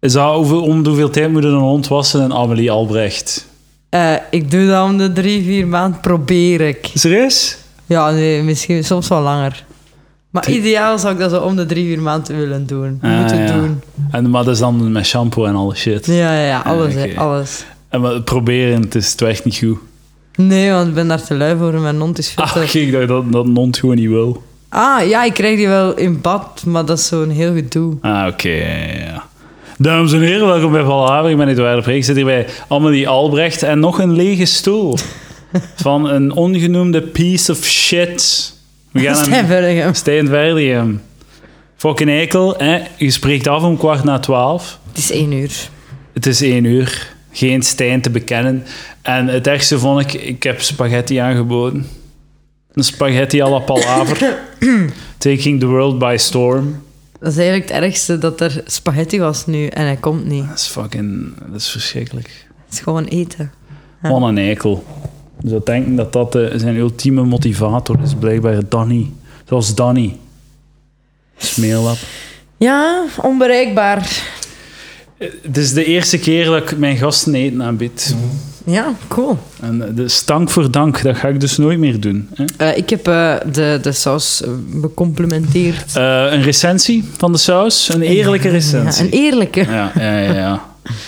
Is dat om hoeveel tijd moet een hond wassen en Amélie Albrecht? Ik doe dat om de 3-4 maanden, probeer ik. Serieus? Ja, nee, misschien soms wel langer. Maar ideaal zou ik dat zo om de 3-4 maanden willen doen. Doen. Maar dat is dan met shampoo en alle shit? Ja, alles, Okay. alles. En maar proberen, het is echt niet goed. Nee, want ik ben daar te lui voor en mijn hond is veel te... Ik dacht dat een hond gewoon niet wil. Ja, ik krijg die wel in bad, maar dat is zo'n heel gedoe. Oké, ja. Dames en heren, welkom bij Palaver. Ik ben Edouard de Preek. Ik zit hier bij Amélie Albrecht en nog een lege stoel. Van een ongenoemde piece of shit. We gaan Stijn Verdegem. Stijn Verdegem. Fucking eikel, hè? Je spreekt af om 11:15. Het is 1 uur. Het is 1 uur. Geen Stijn te bekennen. En het ergste vond ik heb spaghetti aangeboden. Een spaghetti à la Palaver. Taking the world by storm. Dat is eigenlijk het ergste, dat er spaghetti was nu en hij komt niet. Dat is verschrikkelijk. Het is gewoon eten. Ja. Wat een eikel. Je zou denken dat dat zijn ultieme motivator is. Blijkbaar Danny. Zoals Danny. Smeerlap. Ja, onbereikbaar. Het is de eerste keer dat ik mijn gasten eten aanbied. Ja, cool. En dus dank voor dank. Dat ga ik dus nooit meer doen. Hè? Ik heb de saus becomplimenteerd. Een recensie van de saus. Een eerlijke recensie. Ja, een eerlijke. Ja.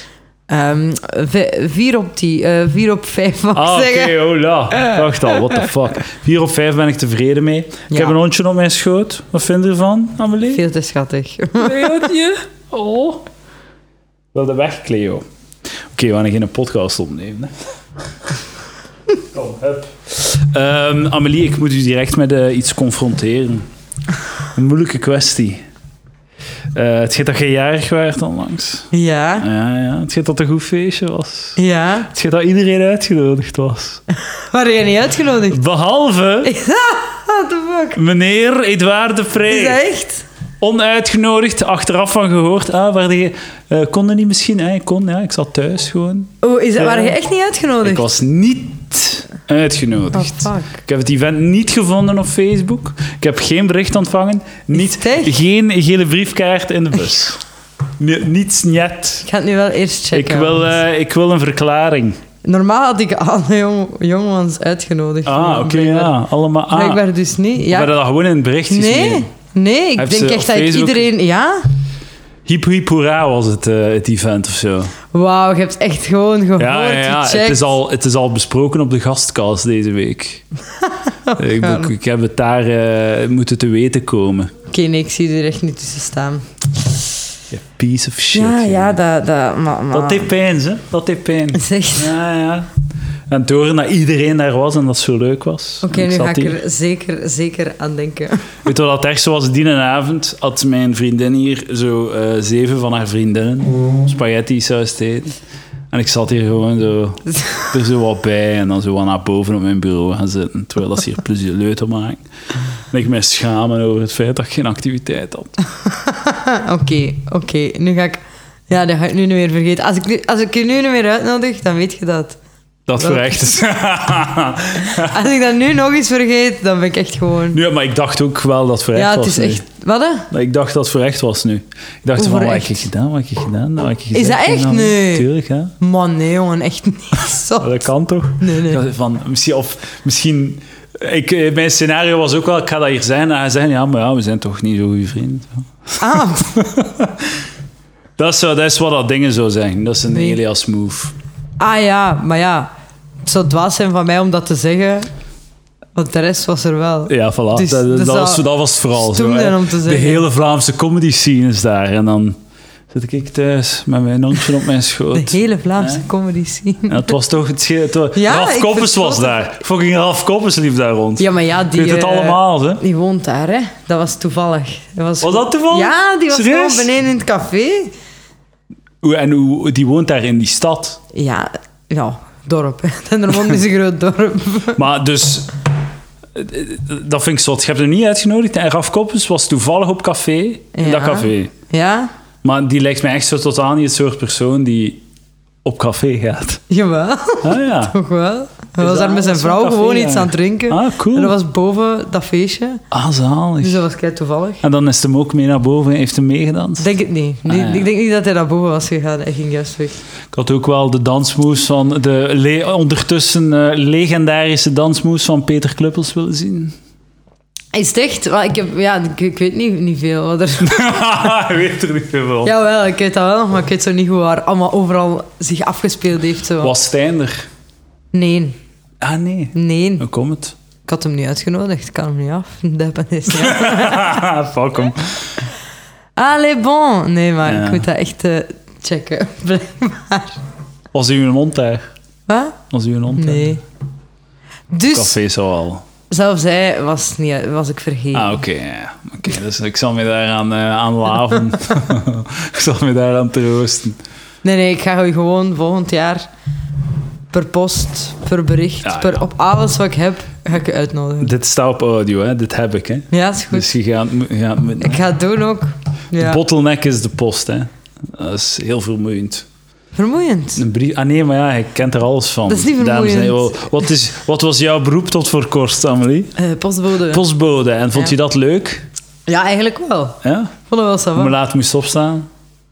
4 op 10. 4 op 5 mag ik zeggen. Oké, hola. Wacht al, what the fuck. 4 op 5 ben ik tevreden mee. Ik heb een hondje op mijn schoot. Wat vind je ervan, Amélie? Veel te schattig. Leontje? Oh. Wilde weg, Cleo. Oké, we gaan geen podcast opnemen. Hè. Kom, hup. Amélie, ik moet u direct met iets confronteren. Een moeilijke kwestie. Het schijnt dat je jarig werd onlangs. Ja. Ja. Het schijnt dat het een goed feestje was. Ja. Het schijnt dat iedereen uitgenodigd was. Waren jij niet uitgenodigd? Behalve What the fuck? meneer Edouard de Preek. Is dat echt? Onuitgenodigd, achteraf van gehoord. Kon je niet misschien? Ik kon, ja. Ik zat thuis gewoon. Waren je echt niet uitgenodigd? Ik was niet uitgenodigd. Oh, fuck. Ik heb het event niet gevonden op Facebook. Ik heb geen bericht ontvangen. Geen gele briefkaart in de bus. Niets net. Ik ga het nu wel eerst checken. Ik wil een verklaring. Normaal had ik alle jongens uitgenodigd. Oké, ja. Allemaal. Blijkbaar dus niet. Ja. We hadden dat gewoon in het bericht geschreven. Nee, ik denk echt dat iedereen... Ja? Hip hip hoera was het event of zo. Wauw, je hebt echt gewoon gehoord, gecheckt. Het is al besproken op de gastkast deze week. Ik heb het daar moeten te weten komen. Oké, nee, ik zie er echt niet tussen staan. Ja, piece of shit. Ja, dat... Dat deed pijn, hè? Dat deed pijn. Echt? Ja. En het horen dat iedereen daar was en dat het zo leuk was. Oké, nu ga ik er zeker aan denken. Weet je wat het ergste was? Die avond had mijn vriendin hier zo 7 van haar vriendinnen spaghetti saus te eten. En ik zat hier gewoon zo, er zo wat bij en dan zo wat naar boven op mijn bureau gaan zitten, terwijl dat ze hier plezier leuter maken. En ik me schamen over het feit dat ik geen activiteit had. Oké. Nu ga ik... Ja, dat ga ik nu niet meer vergeten. Als ik je nu niet meer uitnodig, dan weet je dat. Dat voor echt is. Als ik dat nu nog eens vergeet, dan ben ik echt gewoon... Ja, maar ik dacht ook wel dat het voor echt was. Ja, het is echt... Wat? Ik dacht dat het voor echt was nu. Ik dacht van, wat heb ik gedaan? Is dat echt? Nee. Tuurlijk, hè. Man, nee, jongen, echt niet. Dat kan toch? Nee. Misschien... Mijn scenario was ook wel, ik ga dat hier zijn. En hij zei, we zijn toch niet zo goede vrienden. Dat is wat dat dingen zou zijn. Dat is een Elias move. Ja, maar ja. Het zou dwaas zijn van mij om dat te zeggen, want de rest was er wel. Ja, voilà. Dus, dat was het vooral zo. Om te de hele Vlaamse comedy scene is daar. En dan zit ik thuis met mijn hondje op mijn schoot. De hele Vlaamse comedy scene. En het was toch... Ralf Koppes was daar. Fucking Ralf Koppes liep daar rond. Ja, maar ja, die... Ik weet het allemaal, hè. Die woont daar, hè. Dat was toevallig. Was dat toevallig? Ja, die was gewoon beneden in het café. Die woont daar in die stad? Ja, dorp. Dendermonde is een groot dorp. Maar dus... Dat vind ik zot. Je hebt hem niet uitgenodigd. En Ralf Koppes was toevallig op café. In dat café. Ja. Maar die lijkt mij echt zo totaal niet het soort persoon die op café gaat. Jawel. Ja. Toch wel? Hij was daar met zijn vrouw gewoon iets aan het drinken. Ah, cool. En dat was boven dat feestje. Ah, zalig. Dus dat was kei toevallig. En dan is hem ook mee naar boven en heeft hem meegedanst? Denk het niet. Ja. Ik denk niet dat hij naar boven was gegaan. Hij ging juist weg. Ik had ook wel de dansmoves van de ondertussen legendarische dansmoves van Peter Kluppels willen zien. Is het echt? Wel, ik weet niet veel. Wat er... Je weet er niet veel van. Jawel, ik weet dat wel. Maar ik weet zo niet hoe waar allemaal overal zich afgespeeld heeft. Zo. Was Stijn er? Nee. Ah, nee. Nee. Hoe komt het? Ik had hem niet uitgenodigd. Ik kan hem niet af. Dat is Fuck hem. Allee, bon. Nee, maar Ja. ik moet dat echt checken. Blijkbaar. Was u een hond daar? Wat? Was u een hond daar? Nee. Dus, Café zo al. zelfs hij was ik vergeten. Ah, oké. Ja. Oké, dus ik zal me daaraan aan laven. Ik zal me daaraan troosten. Nee, ik ga gewoon volgend jaar per post, per bericht, Ja. op alles wat ik heb, ga ik je uitnodigen. Dit staat op audio, hè. Dit heb ik, hè. Ja, is goed. Dus je gaat moeten... Ik ga het doen ook. De Ja. bottleneck is de post, hè. Dat is heel vermoeiend. Vermoeiend. Een brief... Ah nee, maar ja, je kent er alles van. Dat is niet Dames en vermoeiend. heren, wat was jouw beroep tot voor kort, Amelie? Postbode. Postbode. En vond Ja. je dat leuk? Ja, eigenlijk wel. Ja? Vond het wel Hoe zo. laat moest je opstaan?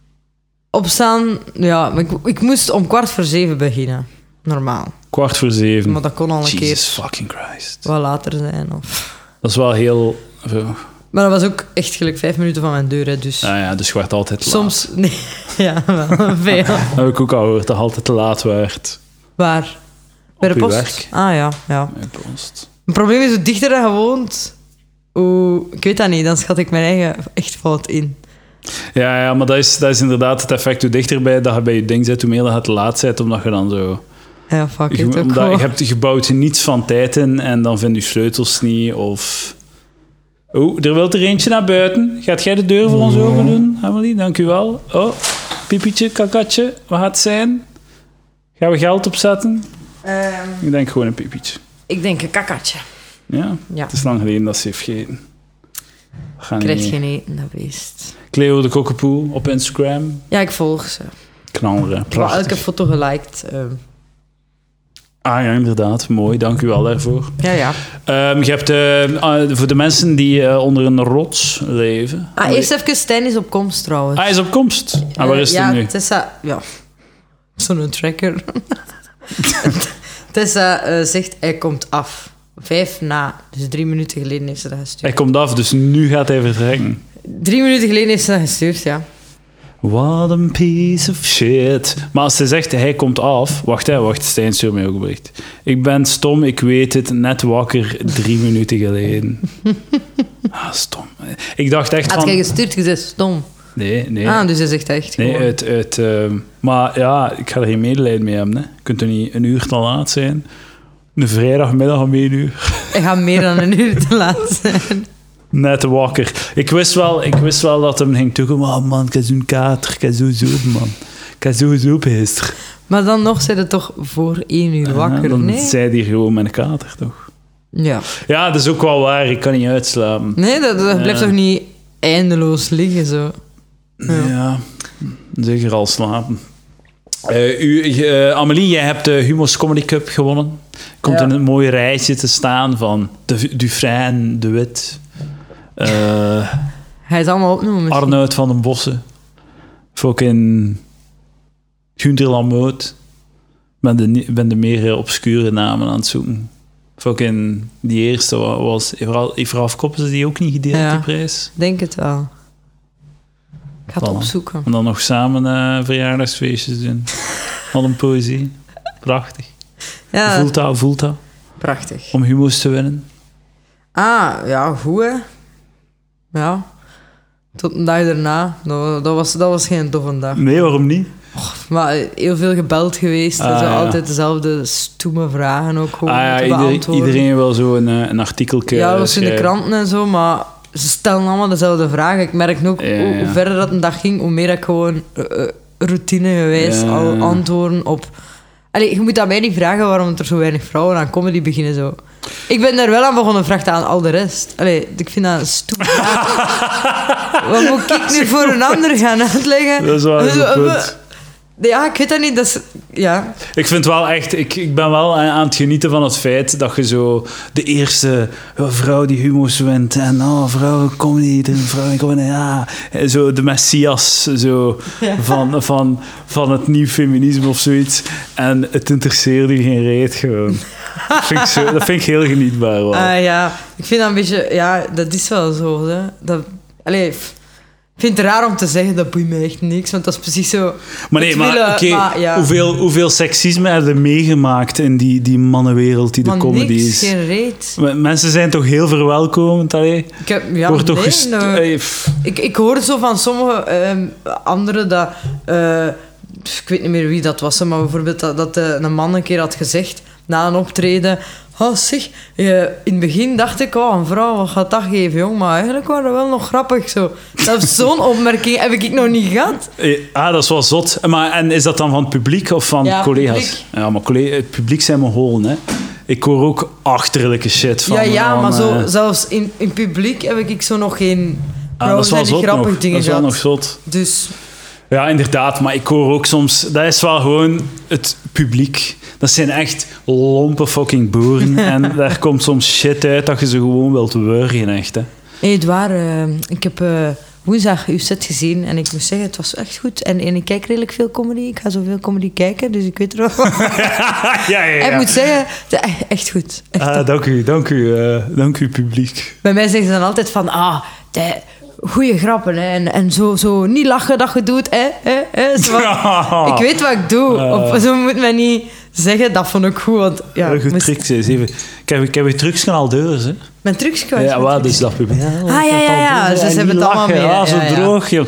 Opstaan, ja, maar ik moest om 6:15 beginnen. Normaal. 6:15. Maar dat kon al een Jesus keer fucking Christ. wat later zijn. Of... Dat is wel heel... Maar dat was ook echt gelijk 5 minuten van mijn deur, hè, dus... Nou ja, dus je werd altijd laat. Soms... Nee, ja, wel veel. Dat heb ik ook al gehoord, dat je altijd te laat werd. Waar? Bij de uw post? werk. Ah, ja. Bij de post. Het probleem is, hoe dichter dat je woont, ik weet dat niet, dan schat ik mijn eigen echt fout in. Ja, maar dat is inderdaad het effect. Hoe dichterbij dat je bij je ding zit, hoe meer dat je te laat bent, omdat je dan zo... Ja, fuck Je, it, ook omdat gewoon. je bouwt niets van tijd in en dan vind je sleutels niet of... Oh, er wil er eentje naar buiten. Gaat jij de deur voor ons open doen, Amelie? Dank u wel. Oh, pipietje, kakatje, wat gaat het zijn? Gaan we geld opzetten? Ik denk gewoon een pipietje. Ik denk een kakatje. Ja? Ja. Het is lang geleden dat ze heeft gegeten. Krijg geen eten, dat weest. Cleo de Kokkepoel op Instagram. Ja, ik volg ze. Knalleren, Ik heb prachtig. elke foto geliked. Ah ja, inderdaad. Mooi, dank u wel daarvoor. Ja. Je hebt voor de mensen die onder een rots leven... Eerst even, Stijn is op komst trouwens. Hij is op komst. En waar is hij nu? Tessa... Ja, zo'n tracker. Tessa zegt, hij komt af. 5 na. Dus 3 minuten geleden heeft ze dat gestuurd. Hij komt af, dus nu gaat hij vertrekken. 3 minuten geleden heeft ze dat gestuurd, ja. What a piece of shit. Maar als ze zegt, hij komt af... Wacht, Stijn stuurt mij ook een bericht. Ik ben stom, ik weet het. Net wakker, 3 minuten geleden. Stom. Ik dacht echt Had van... jij gestuurd, je zei stom. Nee. Ah, dus hij zegt echt Nee, gewoon. maar ja, ik ga er geen medelijden mee hebben. Hè. Je kunt er niet een uur te laat zijn. Een vrijdagmiddag om 1 uur. Hij gaat meer dan een uur te laat zijn. Net wakker. Ik wist wel dat hem ging toekomen. Oh man, ik heb zo'n kater. Ik heb zo zoep, man. Ik heb zo zoep gisteren. Maar dan nog zijn het toch voor 1 uur wakker, Dan nee? zei hij gewoon met een kater, toch? Ja. Ja, dat is ook wel waar. Ik kan niet uitslapen. Nee, dat blijft toch niet eindeloos liggen, zo. Ja, zeker al slapen. Amelie, jij hebt de Humo's Comedy Cup gewonnen. Komt in een mooi rijtje te staan van Dufresne, De Wit... Hij is allemaal opnoemen misschien. Arnoud van den Bossen. Fucking Gunther Lamoot. Ben de meer obscure namen aan het zoeken. Fucking die eerste was... Evraf Koppes die ook niet gedeeld, die prijs. Denk het wel. Ik ga het opzoeken. En dan nog samen verjaardagsfeestjes doen. Wat een poëzie. Prachtig. Ja, Voelt dat? prachtig. Om Humo's te winnen. Ah, ja, goed hè. Ja. Tot een dag daarna. Dat was geen toffe dag. Nee, waarom niet? Maar heel veel gebeld geweest. Ah, zo ja. Altijd dezelfde stoeme vragen ook gewoon te beantwoorden. Iedereen wil zo een artikeltje Ja, dat was in de schrijven. kranten en zo, maar ze stellen allemaal dezelfde vragen. Ik merk ook hoe verder dat een dag ging, hoe meer ik gewoon routinegewijs al antwoorden op... Allee, je moet aan mij niet vragen waarom er zo weinig vrouwen aan comedy beginnen zo. Ik ben daar wel aan begonnen vragen aan al de rest. Allee, ik vind dat een stoem vraag. Wat moet ik nu voor een ander gaan uitleggen? Dat is wel een goed punt. Ja, ik weet dat niet. Dat is, ja. Ik vind wel echt... Ik ben wel aan het genieten van het feit dat je zo de eerste vrouw die humo's wint en vrouw comedy, de vrouw comedy, ja. Zo de messias zo, van het nieuw feminisme of zoiets. En het interesseerde je geen reet gewoon. Dat vind ik heel genietbaar. Ja, ik vind dat een beetje... Ja, dat is wel zo. Hè. Ik vind het raar om te zeggen, dat boeit me echt niks, want dat is precies zo... Maar nee, ja. hoeveel seksisme heb je meegemaakt in die mannenwereld die de comedy niks, is? Geen reet. Mensen zijn toch heel verwelkomend? Ik hoor zo van sommige anderen dat... ik weet niet meer wie dat was, maar bijvoorbeeld dat een man een keer had gezegd, na een optreden... Oh, zeg, in het begin dacht ik, een vrouw, wat gaat dat geven, jong? Maar eigenlijk waren dat wel nog grappig, zo. Zo'n opmerking heb ik nog niet gehad. Dat is wel zot. En is dat dan van het publiek of van collega's? Publiek. Ja, maar het publiek zijn mijn holen, hè. Ik hoor ook achterlijke shit van... maar zo, zelfs in publiek heb ik zo nog geen... dat is wel zot grappige dingen dat is wel nog zot. Dus... Ja, inderdaad, maar ik hoor ook soms... Dat is wel gewoon het publiek. Dat zijn echt lompe fucking boeren. En daar komt soms shit uit dat je ze gewoon wilt wurgen, echt, hè. Edouard, ik heb woensdag uw set gezien en ik moet zeggen, het was echt goed. En ik kijk redelijk veel comedy. Ik ga zoveel comedy kijken, dus ik weet er wel. ja. Ik moet zeggen, echt goed. Echt dank u, publiek. Bij mij zeggen ze dan altijd van... goeie grappen, hè. En zo niet lachen dat je doet, hè. Ik weet wat ik doe. Zo moet men niet zeggen, dat vond ik goed. Want, goed trucs is even... Ik heb je trucs al deurs, hè. Mijn trucs kan ja, wat is dat publiek? Ja. Ze hebben het allemaal mee. Zo droog, joh.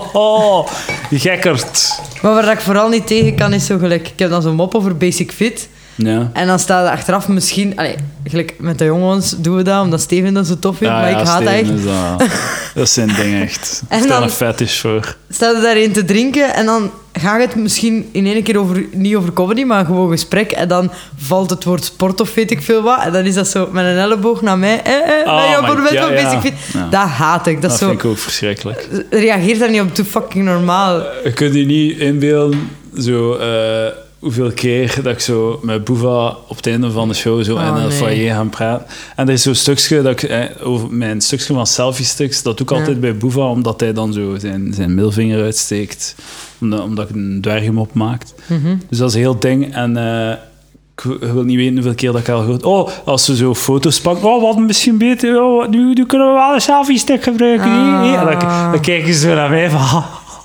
Je gekkerd. Maar waar ik vooral niet tegen kan, is zo gelijk... Ik heb dan zo'n mop over Basic Fit... Ja. En dan staat er achteraf misschien... gelijk met de jongens doen we dat, omdat Steven dat zo tof vindt, maar ik haat dat echt. Dat zijn dingen echt. Er staat een fetish voor. Staat er daarin te drinken en dan gaat het misschien in één keer niet over comedy, maar gewoon gesprek. En dan valt het woord sport of weet ik veel wat. En dan is dat zo met een elleboog naar mij. Basic Fit. Ja. Dat haat ik. Dat vind ik ook verschrikkelijk. Reageert daar niet op, doe fucking normaal. Je kunt je niet inbeelden, zo... hoeveel keer dat ik zo met Boeva op het einde van de show zo in het foyer gaan praten. En er is zo'n stukje, dat ik, over mijn stukje van selfie-stuks, dat doe ik altijd bij Boeva, omdat hij dan zo zijn middelvinger uitsteekt. Omdat ik een dwergmop maakt. Mm-hmm. Dus dat is een heel ding. En ik wil niet weten hoeveel keer dat ik al gehoord... als ze zo foto's pakken... wat misschien beter... nu kunnen we wel een selfie-stuk gebruiken. Dan kijken ze zo naar mij van...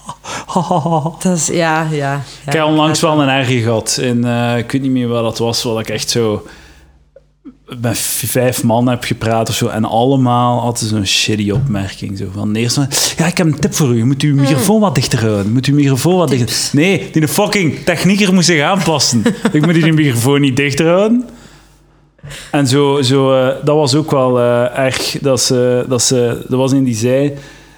Dat is, ja. Ik heb onlangs wel een erge gehad. Ik weet niet meer wat dat was, wat ik echt zo... met 5 man heb gepraat of zo. En allemaal hadden zo'n shitty opmerking. Zo van de eerste... Ja, ik heb een tip voor u. Je moet uw microfoon wat dichter houden. Nee, die fucking technieker moet zich aanpassen. Ik moet die microfoon niet dichter houden. En dat was ook wel erg. Dat was een die zei...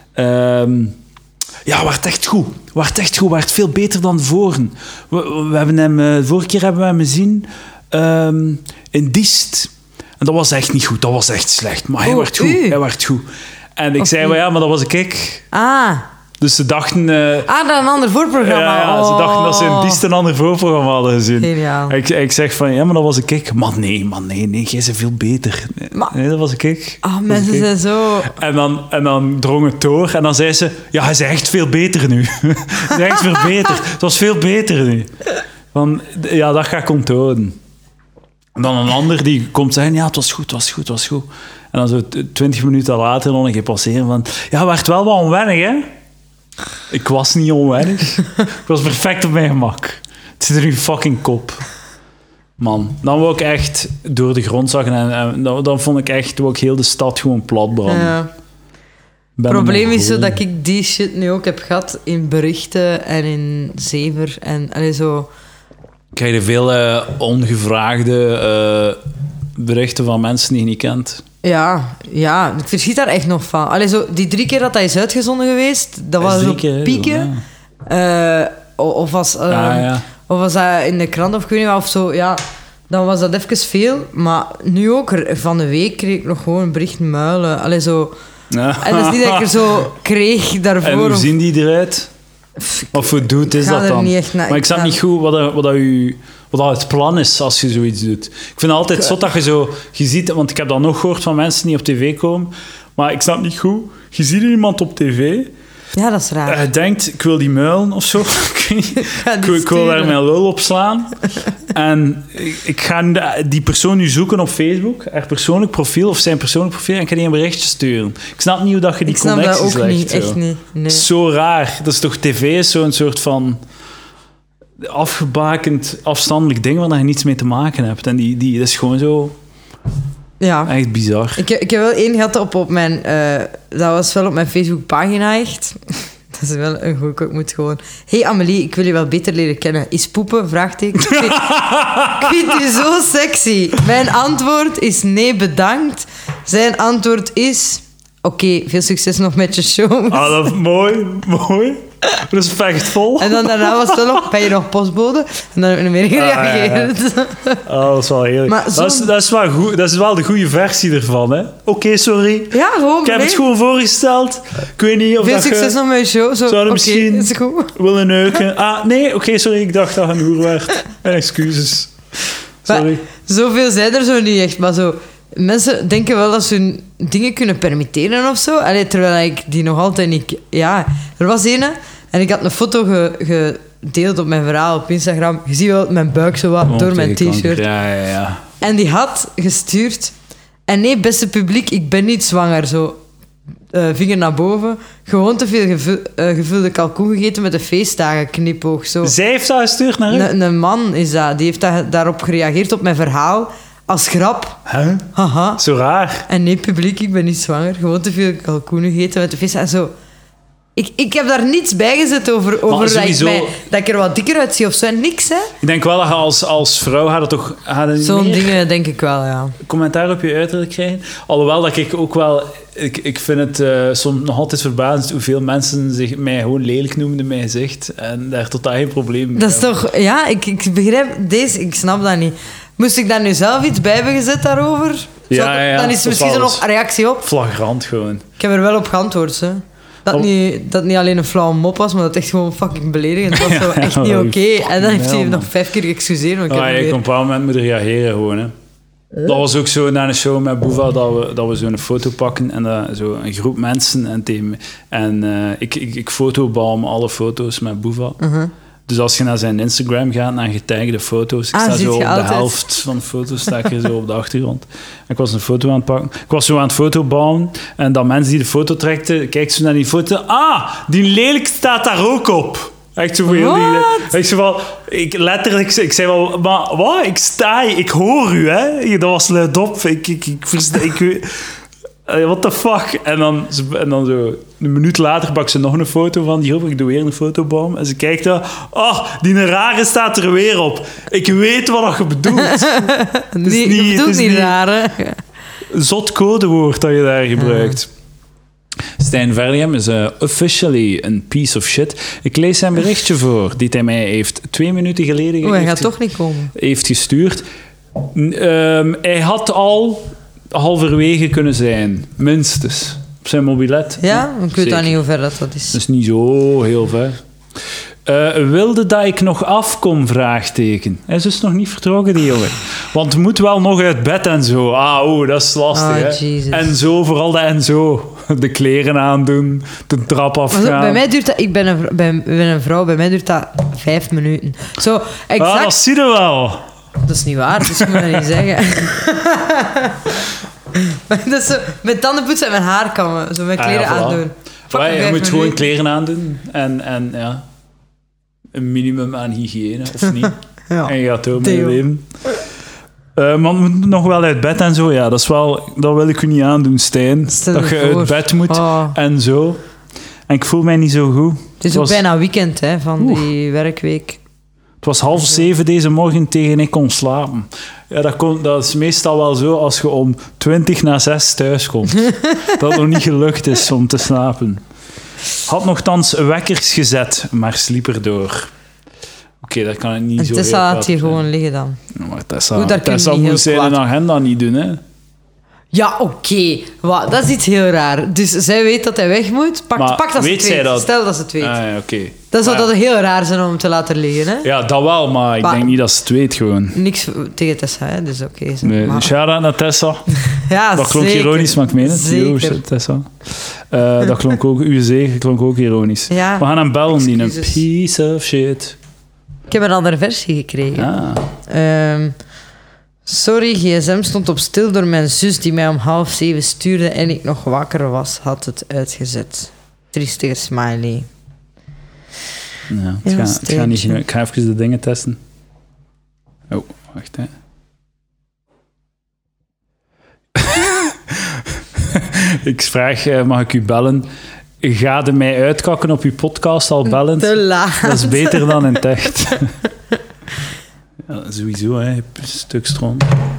ja, werd echt goed. Werd veel beter dan voren. We hebben hem... de vorige keer hebben we hem gezien in Diest. En dat was echt niet goed. Dat was echt slecht. Maar hij werd goed. En ik zei, maar dat was ik. Dus ze dachten... dat een ander voorprogramma. Ja, ze dachten dat ze in Diest een ander voorprogramma hadden gezien. Geniaal. Ik zeg van, maar dat was ik. Man, nee, jij bent veel beter. Nee, dat was ik. Mensen zijn zo... En dan drong het door. En dan zei ze, ja, hij is echt veel beter nu. Hij is echt veel beter. Het was veel beter nu. Van, ja, dat ga ik onthouden. En dan een ander die komt zeggen, ja, het was goed. En dan zo 20 minuten later nog een keer passeren van, ja, werd wel wat onwennig, hè? Ik was niet onwennig. Ik was perfect op mijn gemak. Het zit er in je fucking kop. Man, dan wou ik echt door de grond zagen en dan vond ik echt, wou ik heel de stad gewoon plat branden. Ja. Het probleem is zo dat ik die shit nu ook heb gehad in berichten en in Zever en zo. Krijg je veel ongevraagde berichten van mensen die je niet kent? Ja, ik verschiet daar echt nog van. Zo, die 3 keer dat is uitgezonden geweest, dat was zo pieken. Ja. Of was dat in de krant of ik weet niet wat, of zo, ja. Dan was dat even veel. Maar nu ook, van de week kreeg ik nog gewoon een bericht muilen. Zo. Ja. En dat is niet dat ik er zo kreeg daarvoor. En hoe zien die eruit? Wat voor doet is dat dan? Maar ik snap niet goed wat het plan is als je zoiets doet. Ik vind het altijd zot dat je ziet, want ik heb dat nog gehoord van mensen die op tv komen, maar ik snap niet goed. Je ziet iemand op tv. Ja, dat is raar. Hij denkt, ik wil die muilen of zo. Ik wil daar mijn lul op slaan. En ik ga die persoon nu zoeken op Facebook, haar persoonlijk profiel of zijn persoonlijk profiel, en ik ga die een berichtje sturen. Ik snap niet hoe dat je die connecties legt. Ik snap dat ook niet, echt niet. Nee. Zo raar. Dat is toch tv is zo'n soort van afgebakend, afstandelijk ding waar je niets mee te maken hebt. En die dat is gewoon zo... Ja. Echt bizar. Ik heb wel één gehad op mijn... dat was wel op mijn Facebookpagina echt. Dat is wel een goed... Ik moet gewoon... Hey Amélie, ik wil je wel beter leren kennen. Is poepen? Vraagteken. Ik vind je zo sexy. Mijn antwoord is nee, bedankt. Zijn antwoord is... Oké, veel succes nog met je show. Ah, dat is mooi. Respectvol. En dan daarna was het wel nog... Ben je nog postbode? En dan heb ik niet meer gereageerd. Dat is wel heerlijk. Dat is wel goed. Dat is wel de goede versie ervan, hè. Oké, sorry. Ja, gewoon... Ik heb het gewoon voorgesteld. Ik weet niet of veel succes nog met je show. Zou misschien is goed. willen neuken. Nee, oké, sorry. Ik dacht dat het een hoer werd. Excuses. Sorry. Maar, zoveel zijn er zo niet echt, maar zo... Mensen denken wel dat ze hun dingen kunnen permitteren of zo. Allee, terwijl ik die nog altijd niet... Ja, er was ene en ik had een foto gedeeld op mijn verhaal op Instagram. Je ziet wel mijn buik zo wat door mijn t-shirt. Ja. En die had gestuurd... En nee, beste publiek, ik ben niet zwanger. Zo, vinger naar boven. Gewoon te veel gevulde kalkoen gegeten met een feestdagen knipoog. Zo. Zij heeft dat gestuurd naar u? Een man is dat. Die heeft daarop gereageerd op mijn verhaal... Als grap. Huh? Haha. Zo raar. En nee, publiek, ik ben niet zwanger. Gewoon te veel kalkoenen gegeten met de vis en zo. Ik heb daar niets bij gezet over sowieso... dat ik er wat dikker uitzie of zo. En niks, hè. Ik denk wel dat je als vrouw gaat het toch... Zo'n dingen denk ik wel, ja. Commentaar op je uiterlijk krijgen. Alhoewel dat ik ook wel... Ik vind het soms nog altijd verbazend hoeveel mensen mij gewoon lelijk noemen in mijn gezicht. En daar totaal geen probleem mee Dat is toch... Ja, ik begrijp deze. Ik snap dat niet. Moest ik daar nu zelf iets bij hebben gezet daarover? Ja. Dan is er misschien nog een reactie op. Flagrant gewoon. Ik heb er wel op geantwoord, hè. Dat niet alleen een flauwe mop was, maar dat het echt gewoon fucking beledigend was. Zo echt niet oké. En dan heeft hij nog 5 keer geëxcuseerd. Op een bepaald moment moet je reageren gewoon, hè. Dat was ook zo na een show met Boeva dat we zo'n foto pakken en zo een groep mensen ik fotobalm alle foto's met Boeva. Dus als je naar zijn Instagram gaat, naar getagde foto's, ik sta zo op de helft van de foto's, sta ik hier zo op de achtergrond. En ik was een foto aan het pakken. Ik was zo aan het fotobouwen en dat mensen die de foto trekten, kijken zo naar die foto. Ah, die lelijk staat daar ook op. Echt zo voor jullie. Ik zei wel, ik zei wel, maar wat? Ik hoor u, hè? Dat was luidop. What the fuck? En dan zo een minuut later bak ze nog een foto van die groep. Ik doe weer een fotoboom. En ze kijkt daar. Die rare staat er weer op. Ik weet wat je bedoelt. Je bedoelt niet rare. Zot codewoord dat je daar gebruikt. Stijn Verliam is officially een piece of shit. Ik lees zijn berichtje voor, die hij mij heeft 2 minuten geleden hij gaat toch niet komen. Heeft gestuurd. Hij had al halverwege kunnen zijn, minstens. Op zijn mobilet. Ja, ik weet dan niet hoe ver dat is. Dat is niet zo heel ver. Wilde dat ik nog afkom? Vraagteken. Hij is dus nog niet vertrokken, die jongen. Want moet wel nog uit bed en zo. Dat is lastig, hè. Jesus. En zo, vooral dat en zo. De kleren aandoen, de trap afgaan. Bij mij duurt dat... Ik ben een vrouw, bij mij duurt dat 5 minuten. Zo, exact... dat zie je wel. Dat is niet waar, dus ik moet dat niet zeggen. Dat is zo, met tandenpoetsen en mijn haar kammen. Zo met kleren aandoen. Je moet gewoon kleren aandoen. En ja... Een minimum aan hygiëne, of niet? Ja. En je gaat door met je leven. Maar moet nog wel uit bed en zo. Ja, dat wil ik u niet aandoen, Stijn. Dat je uit bed moet en zo. En ik voel mij niet zo goed. Het is ook bijna weekend, hè, van die werkweek. Het was 6:30 deze morgen tegen ik kon slapen. Ja, dat is meestal wel zo als je om 5:20 thuis komt. Dat het nog niet gelukt is om te slapen. Had nogthans wekkers gezet, maar sliep erdoor. Oké, dat kan ik niet zo... Tessa laat hier gewoon liggen dan. Ja, maar Tessa moet zijn agenda niet doen, hè. Ja, oké. Wat? Dat is iets heel raar. Dus zij weet dat hij weg moet. Pak dat ze het weet. Stel dat ze het weet. Oké. Dan zou dat heel raar zijn om hem te laten liggen, hè? Ja, dat wel, maar ik denk niet dat ze het weet gewoon. Niks tegen Tessa, hè? Dus oké. Nee, shout-out naar Tessa. Ja, dat klonk zeker. ironisch, maar ik meen het. Zeker. Tessa. Dat klonk ook... Uw zegen klonk ook ironisch. Ja. We gaan hem bellen, die een Excuses. piece of shit. Ik heb een andere versie gekregen. Ah. Sorry, gsm stond op stil door mijn zus die mij om 6:30 stuurde en ik nog wakker was, had het uitgezet. Triestige smiley. Ja, het gaat niet. Ik ga even de dingen testen. Oh, wacht hè. Ik vraag, mag ik u bellen? Ga je mij uitkakken op uw podcast al bellen? Te laat. Dat is beter dan in het echt. Ja, sowieso, hè. Een stuk stroom.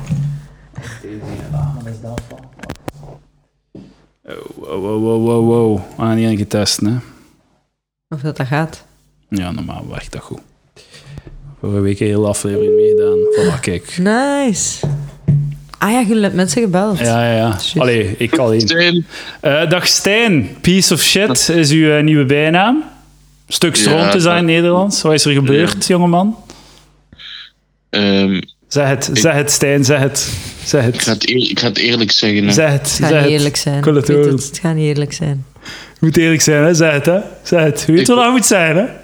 Wow. We gaan hier een keer testen, hè. Of dat gaat. Ja, normaal werkt dat goed. Vorige week een hele aflevering meegedaan. Voilà, kijk. Nice. Ah ja, jullie hebben mensen gebeld. Ja. Allee, ik alleen. Dag Stijn. Piece of shit is uw nieuwe bijnaam. Stuk stront is dat in het Nederlands. Wat is er gebeurd, jongeman? Zeg het, Stijn, zeg het. Ik ga het eerlijk zeggen. Hè. Zeg het. Het gaat niet eerlijk zijn. Ik wil het horen. Het gaat niet eerlijk zijn. Het moet eerlijk zijn, hè? Zeg het, hè? Zeg het. Je weet wat dat moet zijn, hè?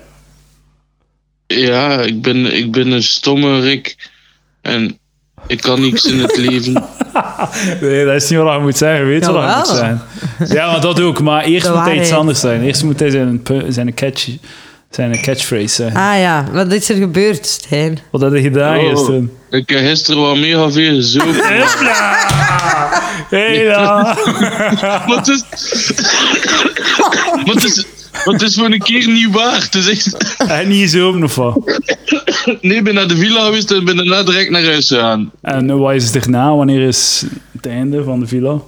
Ja, ik ben een stomme Rick. En ik kan niks in het leven. Nee, dat is niet wat dat moet zijn. Je weet wat dat moet zijn. Ja, maar dat ook. Maar eerst moet hij iets anders zijn. Eerst moet hij zijn catchphrase zijn. Ah ja, wat is er gebeurd, Stijn? Wat had je gedaan gisteren? Ik heb gisteren wel mega veel gezopen. Maar het is voor een keer niet waar. Het is echt... Hij niet zo open of wat? Nee, ik ben naar de villa geweest en ben daarna direct naar huis gegaan. En wat is het erna? Wanneer is het einde van de villa?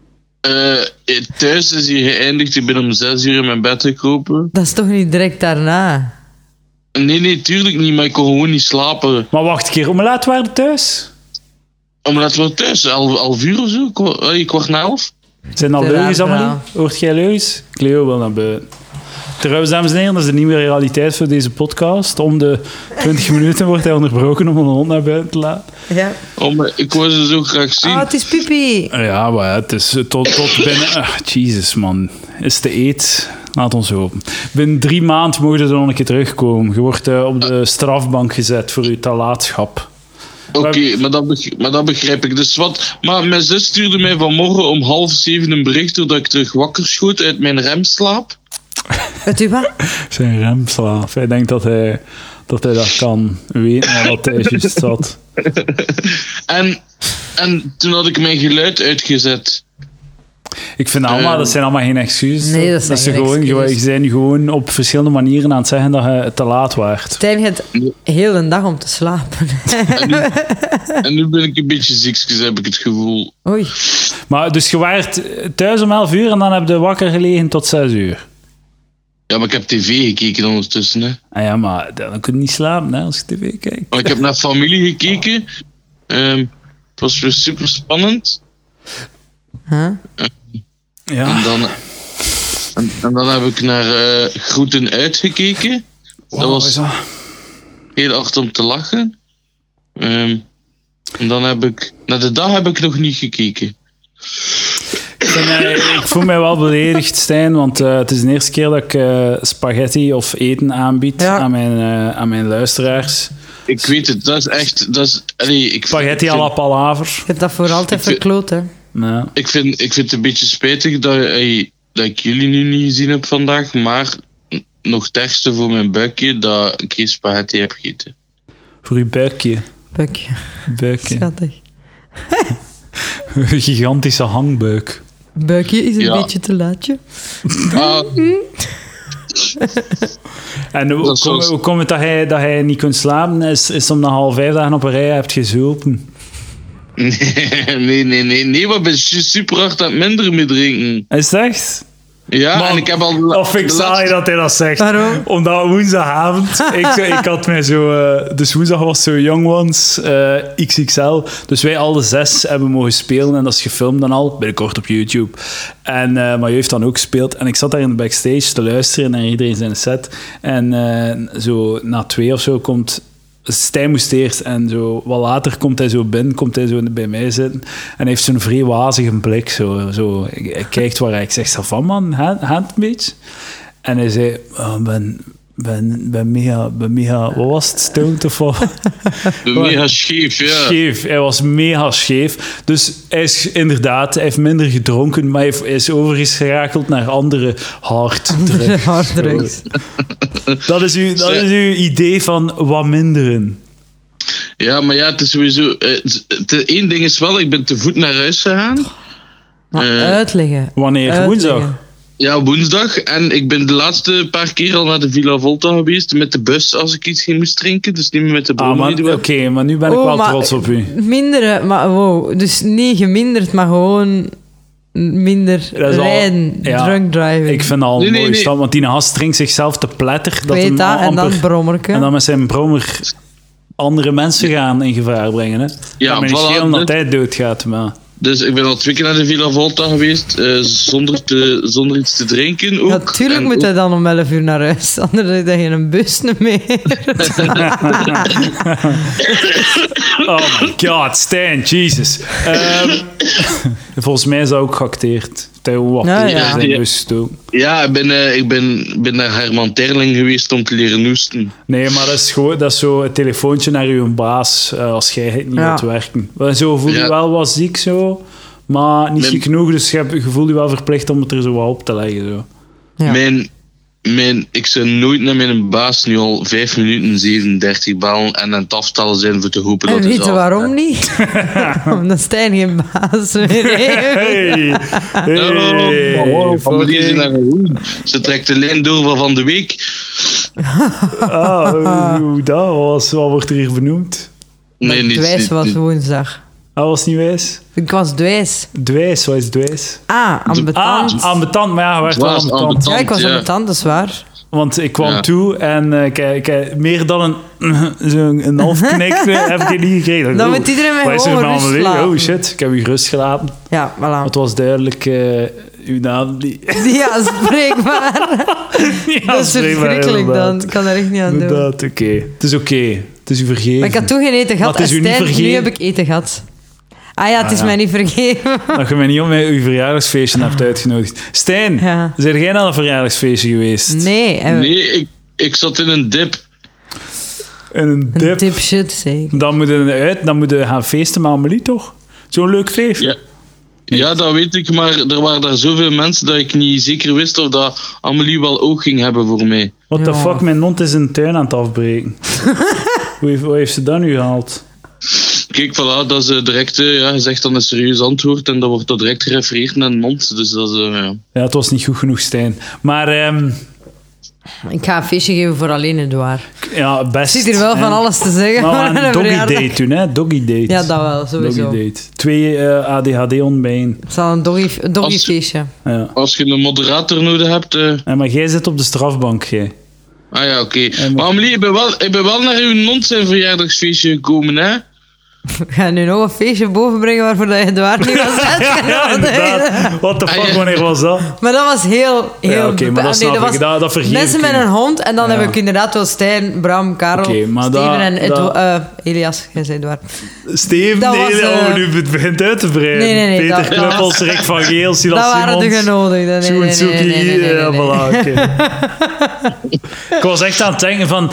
Thuis is hij geëindigd. Ik ben om 6 uur in mijn bed gekropen. Dat is toch niet direct daarna? Nee, tuurlijk niet, maar ik kon gewoon niet slapen. Maar wacht een keer, hoe laat waren we thuis? Omdat we thuis, 11:00 of zo, kwart na 11. Zijn al leugens, Amelie? Hoort jij leugens? Cleo wil naar buiten. Trouwens, dames en heren, dat is de nieuwe realiteit voor deze podcast. Om de 20 minuten wordt hij onderbroken om een hond naar buiten te laten. Ja. Oh, maar ik wou ze zo graag zien. Oh, het is pipi. Ja, maar het is tot binnen... Jezus, man. Is te eet? Laat ons hopen. Binnen 3 maanden mogen ze nog een keer terugkomen. Je wordt op de strafbank gezet voor je talaatschap. Oké, maar dat begrijp ik. Dus wat? Maar mijn zus stuurde mij vanmorgen om 6:30 een bericht doordat ik terug wakker schoot uit mijn remslaap. Weet u wat? Zijn remslaaf. Hij denkt dat hij dat kan weten, maar dat hij juist zat. En toen had ik mijn geluid uitgezet. Ik vind dat zijn allemaal geen excuses. Nee, dat zijn geen excuses. Je bent nu gewoon op verschillende manieren aan het zeggen dat je te laat waart. Stijn gaat heel de dag om te slapen. En nu ben ik een beetje ziekjes, heb ik het gevoel. Oei. Maar dus je waart thuis om 11:00 en dan heb je wakker gelegen tot 6 uur. Ja, maar ik heb tv gekeken ondertussen. Hè. Ah ja, maar dan kun je niet slapen hè, als je tv kijkt. Maar ik heb naar familie gekeken. Het was weer super spannend. Huh? Ja. En dan heb ik naar Groeten uitgekeken. Wow, dat was heel hard om te lachen. En dan heb ik... Naar de dag heb ik nog niet gekeken. Ik voel mij wel beledigd, Stijn, want het is de eerste keer dat ik spaghetti of eten aanbied aan mijn luisteraars. Ik weet het, dat is echt... Spaghetti à la palaver. Je hebt dat voor altijd verkloot, hè? Ja. Ik vind het een beetje spijtig dat ik jullie nu niet gezien heb vandaag, maar nog het ergste voor mijn buikje dat ik geen spaghetti heb gegeten. Voor uw buikje. Buikje. Schattig. Gigantische hangbuik. Buikje is een beetje te laatje. En hoe komt het dat hij niet kunt slapen? Is omdat je al 5 dagen op een rij hebt gezopen? Nee, maar ben je super hard aan het minder mee drinken. Is het echt? Ja, Man, en ik heb al... Of ik saai dat hij dat zegt. Waarom? Omdat woensdagavond... ik had mij zo... dus woensdag was zo Young Ones XXL. Dus wij alle 6 hebben mogen spelen. En dat is gefilmd dan al. Binnenkort op YouTube. En Mathieu heeft dan ook gespeeld. En ik zat daar in de backstage te luisteren naar iedereen zijn set. En zo na 2 of zo komt... Stijn moest eerst en zo wat later komt hij zo binnen, komt hij zo bij mij zitten en hij heeft zo'n vrij wazige blik. Zo. Hij kijkt waar ik zeg, van man, hand een beetje. En hij zei, ben mega, wat was het, stoned of wat? Mega scheef, ja. Scheef, hij was mega scheef. Dus hij heeft minder gedronken, maar hij is overgeschakeld naar andere harddrugs. Dat is uw idee van wat minderen. Ja, maar ja, het is sowieso... Eén ding is wel, ik ben te voet naar huis gegaan. Maar uitleggen. Wanneer? Woensdag? Ja, woensdag. En ik ben de laatste paar keer al naar de Villa Volta geweest met de bus als ik iets ging moest drinken. Dus niet meer met de bomen. Oké, maar nu ben ik wel trots op u. Minderen, maar wow. Dus niet geminderd, maar gewoon minder rijden, drunk driving. Ik vind al mooi, want die gast drinkt zichzelf te pletter. En dan brommerke. En dan met zijn brommer andere mensen gaan in gevaar brengen. Hè. Ja, maar niet schelen dat hij doodgaat, maar... Dus ik ben al 2 keer naar de Villa Volta geweest, zonder iets te drinken ook. Natuurlijk moet hij dan om 11 uur naar huis, anders heb je geen bus meer. Oh my god, Stijn, Jesus. Volgens mij is dat ook geacteerd. Ja, ik ben naar Herman Terling geweest om te leren noesten. Nee, maar dat is zo een telefoontje naar uw baas als jij het niet wilt werken. Zo voel je wel wat ziek zo, maar niet ziek genoeg, dus je voelt je wel verplicht om het er zo wat op te leggen. Zo. Ja. Ik zou nooit naar mijn baas nu al 5 minuten 37 bellen en aan het aftellen zijn voor te hopen dat het weet je waarom niet? Omdat Stijn geen baas meer heeft. Ze trekt de lijn door van de week. Hoe dat was? Wat wordt er hier benoemd? Nee, niet. Dwijs was woensdag. Was niet wijs? Ik was dwijs. Dwijs, wat is dwijs? Ambetant. Ambetant, maar ja, je werd wel ambetant. Ja, ik was ambetant, dat is waar. Want ik kwam toe en meer dan een half knik heb ik niet gekregen. Dan moet iedereen mij gewoon rust laten. Oh shit, ik heb u rust gelaten. Ja, voilà. Het was duidelijk uw naam. Ja, spreekbaar. Dat is verschrikkelijk dan. Ik kan er echt niet aan doen. Inderdaad, oké. Het is oké. Het is u vergeven. Maar ik had toen geen eten gehad. En Stijn, nu heb ik eten gehad. Het is mij niet vergeven. Dat je mij niet op uw verjaardagsfeestje hebt uitgenodigd. Stijn, zijn jij naar een verjaardagsfeestje geweest? Nee, ik zat in een dip. Een dip shit, zeker. Dan moet je gaan feesten met Amelie, toch? Zo'n leuk feestje. Ja, dat weet ik, maar er waren daar zoveel mensen dat ik niet zeker wist of dat Amelie wel oog ging hebben voor mij. What the fuck, mijn mond is een tuin aan het afbreken. Hoe heeft ze dat nu gehaald? Kijk, voilà, dat is direct, je zegt dan een serieus antwoord en dan wordt dat direct gerefereerd naar een mond. Dus dat is, Ja, het was niet goed genoeg, Stijn. Maar... ik ga een feestje geven voor alleen Edouard. Ja, best. Ik zit hier wel van alles te zeggen. Maar een doggy date toen, hè? Doggy date. Ja, dat wel, sowieso. Doggy date. 2 ADHD-ontbijeen. Het zal een doggy feestje. Ja. Als je een moderator nodig hebt... maar jij zit op de strafbank, jij. Ah ja, oké. Maar Amelie, ik ben wel naar uw non zijn verjaardagsfeestje gekomen, hè? We gaan nu nog een feestje bovenbrengen waarvoor dat Edouard niet was uitgenodigd. Ja, what the fuck, wanneer was dat? Maar dat was heel oké, maar dat snap ik. Dat vergeet mensen met een hond en dan heb ik inderdaad wel Stijn, Bram, Karel, Steven en Elias. Jij zei Edouard. Steven, nu begint uit te breiden. Nee, Peter Knuppels, Rick van Geel, Silas Simons. Dat waren de genodigden. Nee. Voilà, ik was echt aan het denken van...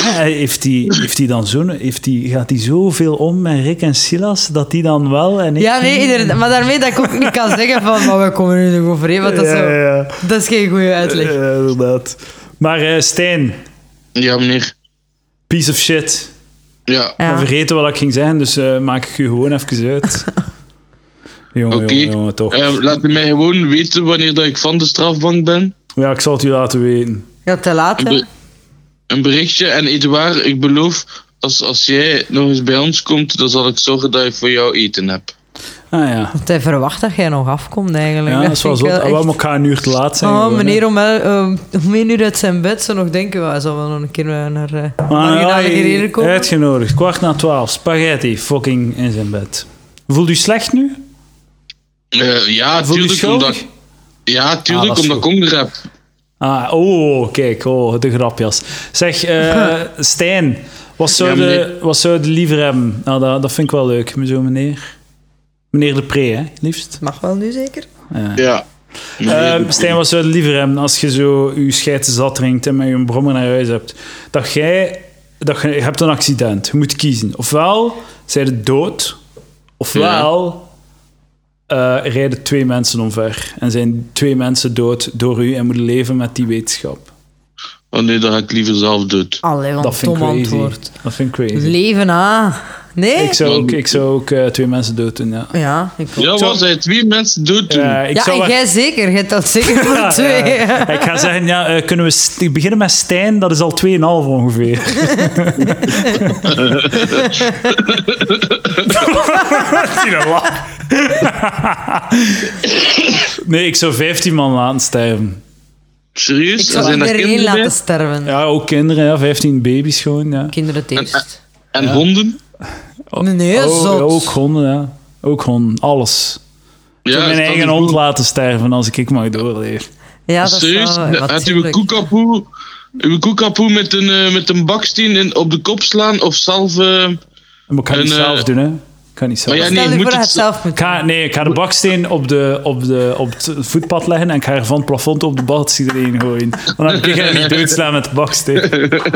Gaat hij zoveel om met Rick en Silas, dat die dan wel... En maar daarmee dat ik ook niet kan zeggen van... Maar we komen nu nog overeen, want dat is geen goede uitleg. Ja, inderdaad. Maar Stijn... Ja, meneer. Piece of shit. Ja. Ik ben vergeten wat ik ging zeggen, dus maak ik je gewoon even uit. Jongen, toch. Laat mij gewoon weten wanneer dat ik van de strafbank ben. Ja, ik zal het u laten weten. Ja, te laat, hè? Een berichtje. En Edouard, ik beloof... Als jij nog eens bij ons komt, dan zal ik zorgen dat ik voor jou eten heb. Ah ja. Want hij verwacht dat jij nog afkomt eigenlijk. Ja, dat is wel zo. echt... We elkaar een uur te laat zijn. Oh, gewoon, meneer, om 1 uur uit zijn bed zou nog denken, hij zal wel nog een keer naar maar gereden komen. Uitgenodigd, 11:15, spaghetti, fucking in zijn bed. Voelt u slecht nu? Ja, Voelt u tuurlijk. schuldig? Omdat ik honger heb. Ah, kijk, de grapjas. Zeg, Stijn, wat zou je liever hebben? Nou, dat vind ik wel leuk, zo meneer. Meneer de Pre, hè, liefst. Mag wel nu zeker? Ja. Stijn, wat zou je liever hebben als je zo je scheidse zat drinkt en met je brommer naar huis hebt? Dat je hebt een accident, je moet kiezen. Ofwel zijn je dood, ofwel rijden 2 mensen omver en zijn 2 mensen dood door u en moeten leven met die wetenschap. Oh nee, dan ga ik liever zelf dood. Allee, wat Dat vind ik crazy. antwoord. Dat vind ik crazy. Leven, Nee? Ik zou ook 2 mensen dood doen, ja. Ja, ik ook. Ja, wat zijn 2 mensen dood doen? En jij zeker. Jij telt zeker voor 2. Ja. Ik ga zeggen, kunnen we beginnen met Stijn? Dat is al 2,5 ongeveer. Nee, ik zou 15 man laten sterven. Serieus? Ik zou iedereen laten sterven. Ja, ook kinderen, ja, 15 baby's gewoon. Ja. Kinderen het eerst. En honden? Nee, zot. Ook honden, ja. Ook honden, alles. Ik zou mijn eigen hond laten sterven als ik mag doorleven. Ja, dat serieus? is wel Had uw koekapoe met een baksteen op de kop slaan of zelf... Maar ik ga niet zelf doen, hè. Ik ga niet zelf. Maar ja, Stel nee, je voor moet dat het zelf moet doen. Ik ga de baksteen op het voetpad leggen en ik ga er van het plafond op de badsteen gooien. Dan heb ik er niet doodslaan met de baksteen.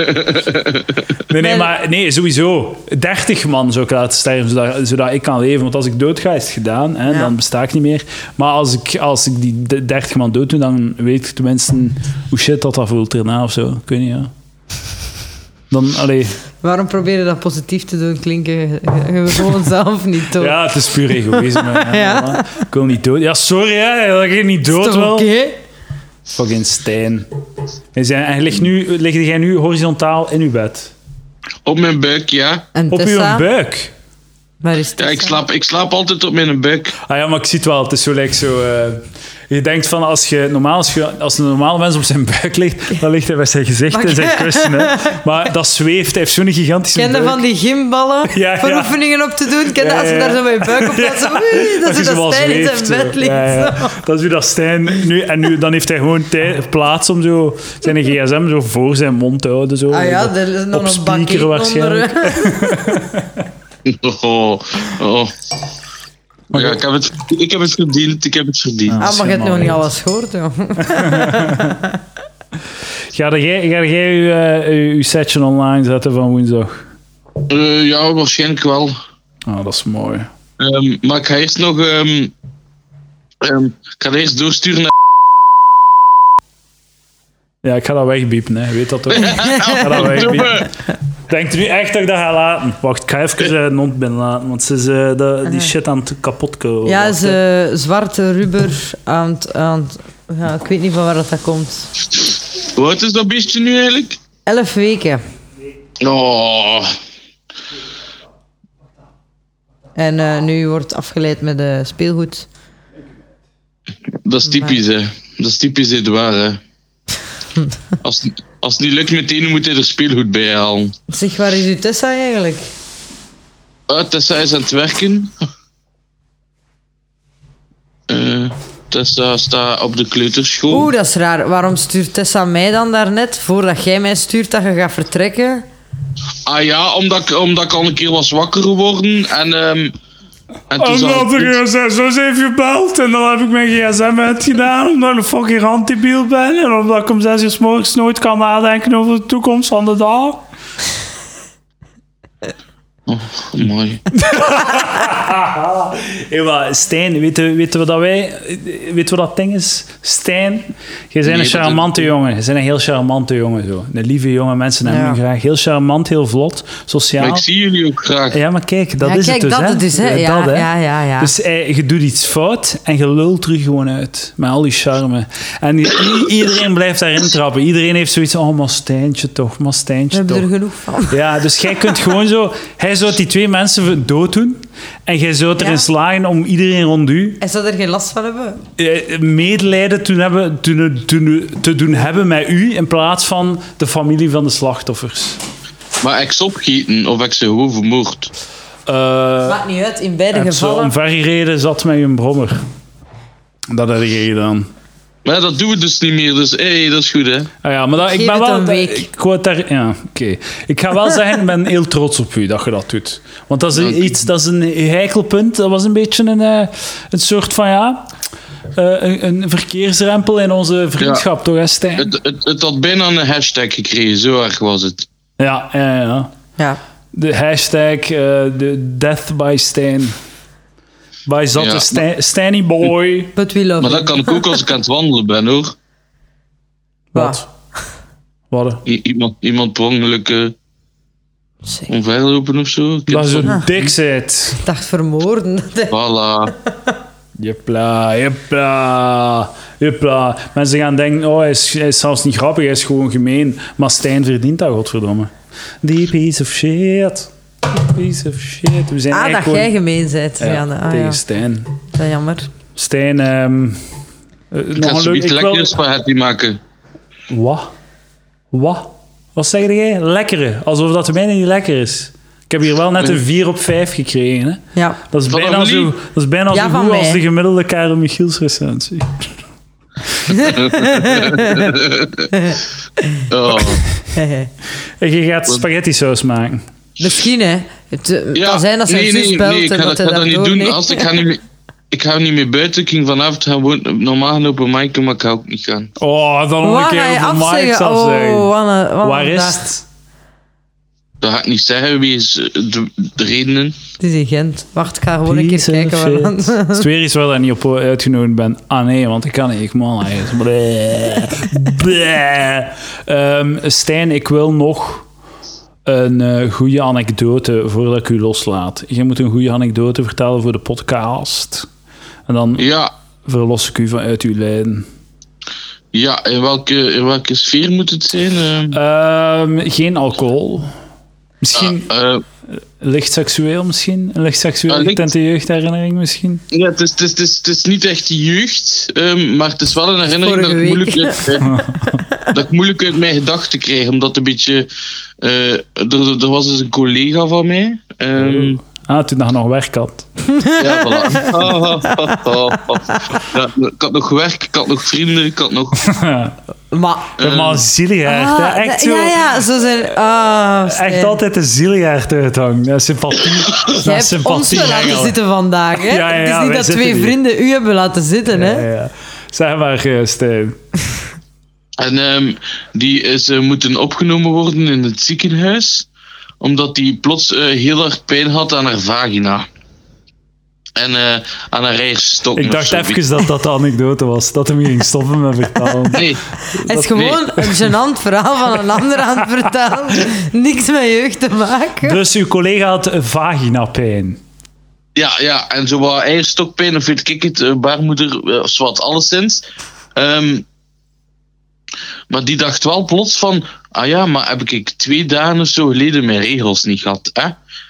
Nee, sowieso. 30 man zou ik laten sterven, zodat ik kan leven. Want als ik dood ga, is het gedaan. Hè, dan besta ik niet meer. Maar als ik die 30 man dood doe, dan weet ik tenminste hoe shit dat voelt erna of zo. Ik weet niet, ja. Dan, allee... Waarom probeer je dat positief te doen klinken? Je gewoon zelf niet dood. Ja, het is puur egoïsme. Ja. Ik wil niet dood. Ja, sorry, hè, dat je niet dood Is wil. toch oké? Fucking Stijn. Lig jij nu horizontaal in uw bed? Op mijn buik, ja. En Op Tessa? uw buik? Waar is Tessa? Ja, ik slaap altijd op mijn buik. Ah ja, maar ik zie het wel. Het is zo like zo... je denkt van, als een normale mens op zijn buik ligt, dan ligt hij bij zijn gezicht en zijn kussen. Hè. Maar dat zweeft. Hij heeft zo'n gigantische Ken je buik. van die gymballen voor oefeningen op te doen? Ken je als je daar zo met je buik op laat, dat is dat Stijn in zijn bed ligt. Ja. Dat is hoe dat Stijn nu... En nu, dan heeft hij gewoon plaats om zo zijn gsm zo voor zijn mond te houden. Zo. Ah ja, er is nog op een bakje speaker waarschijnlijk. Oh. Ja, ik heb het verdiend. Ah, maar je hebt nog niet alles gehoord, joh. Ga jij je setje online zetten van woensdag? Ja, waarschijnlijk wel. Oh, dat is mooi. Maar ik ga eerst nog... ik ga eerst doorsturen naar... Ja, ik ga dat wegbiepen, hè. Je weet dat toch? Ik ga dat wegbiepen. Denkt u nu echt dat ik dat ga laten? Wacht, ik ga even een hond binnenlaten, want ze is die shit aan het kapot komen. Ja, zwarte rubber aan het... Ja, ik weet niet van waar dat komt. Hoe oud is dat beestje nu eigenlijk? 11 weken. Oh. En nu wordt afgeleid met speelgoed. Dat is typisch, hè. Dat is typisch Edouard, hè. Als het niet lukt meteen, moet hij er speelgoed bij halen. Zeg, waar is uw Tessa eigenlijk? Tessa is aan het werken. Tessa staat op de kleuterschool. Oeh, dat is raar. Waarom stuurt Tessa mij dan daarnet, voordat jij mij stuurt dat je gaat vertrekken? Ah ja, omdat ik al een keer was wakker geworden en toen omdat ik zo heeft gebeld en dan heb ik mijn gsm uitgedaan omdat ik een fucking randdebiel ben en omdat ik om 6 uur 's morgens nooit kan nadenken over de toekomst van de dag. Oh, mooi. Hey, Stijn, weten we wat dat ding is? Stijn, jij bent een charmante jongen. Je bent een heel charmante jongen. Zo. Een lieve jongen, mensen hebben je graag. Heel charmant, heel vlot, sociaal. Maar ik zie jullie ook graag. Ja, maar kijk, dat is kijk, het dus. dat hè. dus, hè. Ja. Dus je doet iets fout en je lult terug gewoon uit. Met al die charme. En iedereen blijft daarin trappen. Iedereen heeft zoiets oh, maar Stijntje toch, maar Stijntje toch. We hebben er genoeg van. Ja, dus jij kunt gewoon zo... Hij zou die 2 mensen dood doen en jij zou erin slagen zijn om iedereen rond u En zou er geen last van hebben? medelijden te doen hebben met u in plaats van de familie van de slachtoffers. Maar ik ze opgeten of ik ze gewoon vermoord. Maakt niet uit, in beide Heb ze gevallen. omvergereden zat met je brommer. Dat heb je gedaan. Maar dat doen we dus niet meer, dus dat is goed, hè. Ah ja, maar ik Geef ben het wel... een week. Ik wou het daar... Ja, oké. Ik ga wel zeggen, ik ben heel trots op u dat je dat doet. Want dat is iets... Dat is een heikel punt. Dat was een beetje een soort van, ja... een verkeersrempel in onze vriendschap, toch, hè, Stijn? Het had bijna een hashtag gekregen, zo erg was het. Ja. Ja. De hashtag de Death by Stijn. By zatte Ja, Stijny boy. But we love Maar dat you. kan ik ook als ik aan het wandelen ben, hoor. Wat? Wat? Iemand per ongeluk Zeg, omverlopen of zo. Dat is een dik zit. ik dacht vermoorden. Voilà. Jepla. Mensen gaan denken, oh, hij is zelfs niet grappig, hij is gewoon gemeen. Maar Stijn verdient dat, godverdomme. Die piece of shit. Piece of shit. We zijn Dat eigenlijk jij gewoon... gemeen bent, Rianne. tegen Stijn. Dat is jammer. Stijn, Ik ga zoiets lekker spaghetti maken. Wat? Wat zeg jij? Lekkere. Alsof dat de mijne niet lekker is. Ik heb hier wel net een 4 op 5 gekregen. Hè? Ja. Dat is Van bijna Amelie? zo Ja, van goed als mij. de gemiddelde Karel Michiels recensie. Oh. En je gaat spaghetti saus maken. Misschien, hè. Het kan zijn dat zijn zus belt ik en ga dat hij dat dat niet doorneemt. doen. Ik ga niet meer buiten. Ik ging vanavond gewoon normaal gaan open mic, maar ik ga ook niet gaan. Oh, dan nog een Waar ga keer je over Mike afzeggen? zal zijn. Oh, wat Waar een is dag. het? Dat ga ik niet zeggen, wie is de redenen. Het is in Gent. Wacht, ik ga gewoon een keer Piece of kijken. Waar shit. dan. Het is weer iets waar ik niet op uitgenodigd ben. Ah nee, want ik kan niet. Ik man. Stijn, ik wil nog een goede anekdote voordat ik u loslaat. Je moet een goede anekdote vertellen voor de podcast. En dan Ja, verlos ik u vanuit uw lijden. ja, in welke sfeer moet het zijn? Geen alcohol. Misschien licht seksueel, misschien. Een licht seksueel licht. getinte jeugdherinnering, misschien. Ja, het is niet echt jeugd, maar het is wel een herinnering dat Vorige ik, week. dat ik moeilijk uit mijn gedachten kreeg. Omdat een beetje... er was dus een collega van mij. Toen dat je nog werk had. Ja, voilà. Ja, ik had nog werk, ik had nog vrienden, ik had nog... Maar... Maar zieligaard, hè? Echt zo... Ja, zo zijn... Echt altijd de zieligaard uithangen. Dat is sympathie. Je hebt ons wel laten zitten vandaag, hè? Ja, Het is wij niet dat zitten 2 hier. vrienden u hebben laten zitten, hè? Ja. Zeg maar, Stijn. En die is moeten opgenomen worden in het ziekenhuis, omdat die plots heel hard pijn had aan haar vagina. En aan haar eierstok. Ik dacht even dat de anekdote was. Dat hij me ging stoppen met vertalen. Nee, Het is gewoon een gênant verhaal van een ander aan het vertellen. Niks met jeugd te maken. Dus uw collega had vaginapijn. ja, en zo wat eierstokpijn, of weet ik het, baarmoeder, zwart, alleszins. Maar die dacht wel plots van, ah ja, maar heb ik 2 dagen of zo geleden mijn regels niet gehad, hè?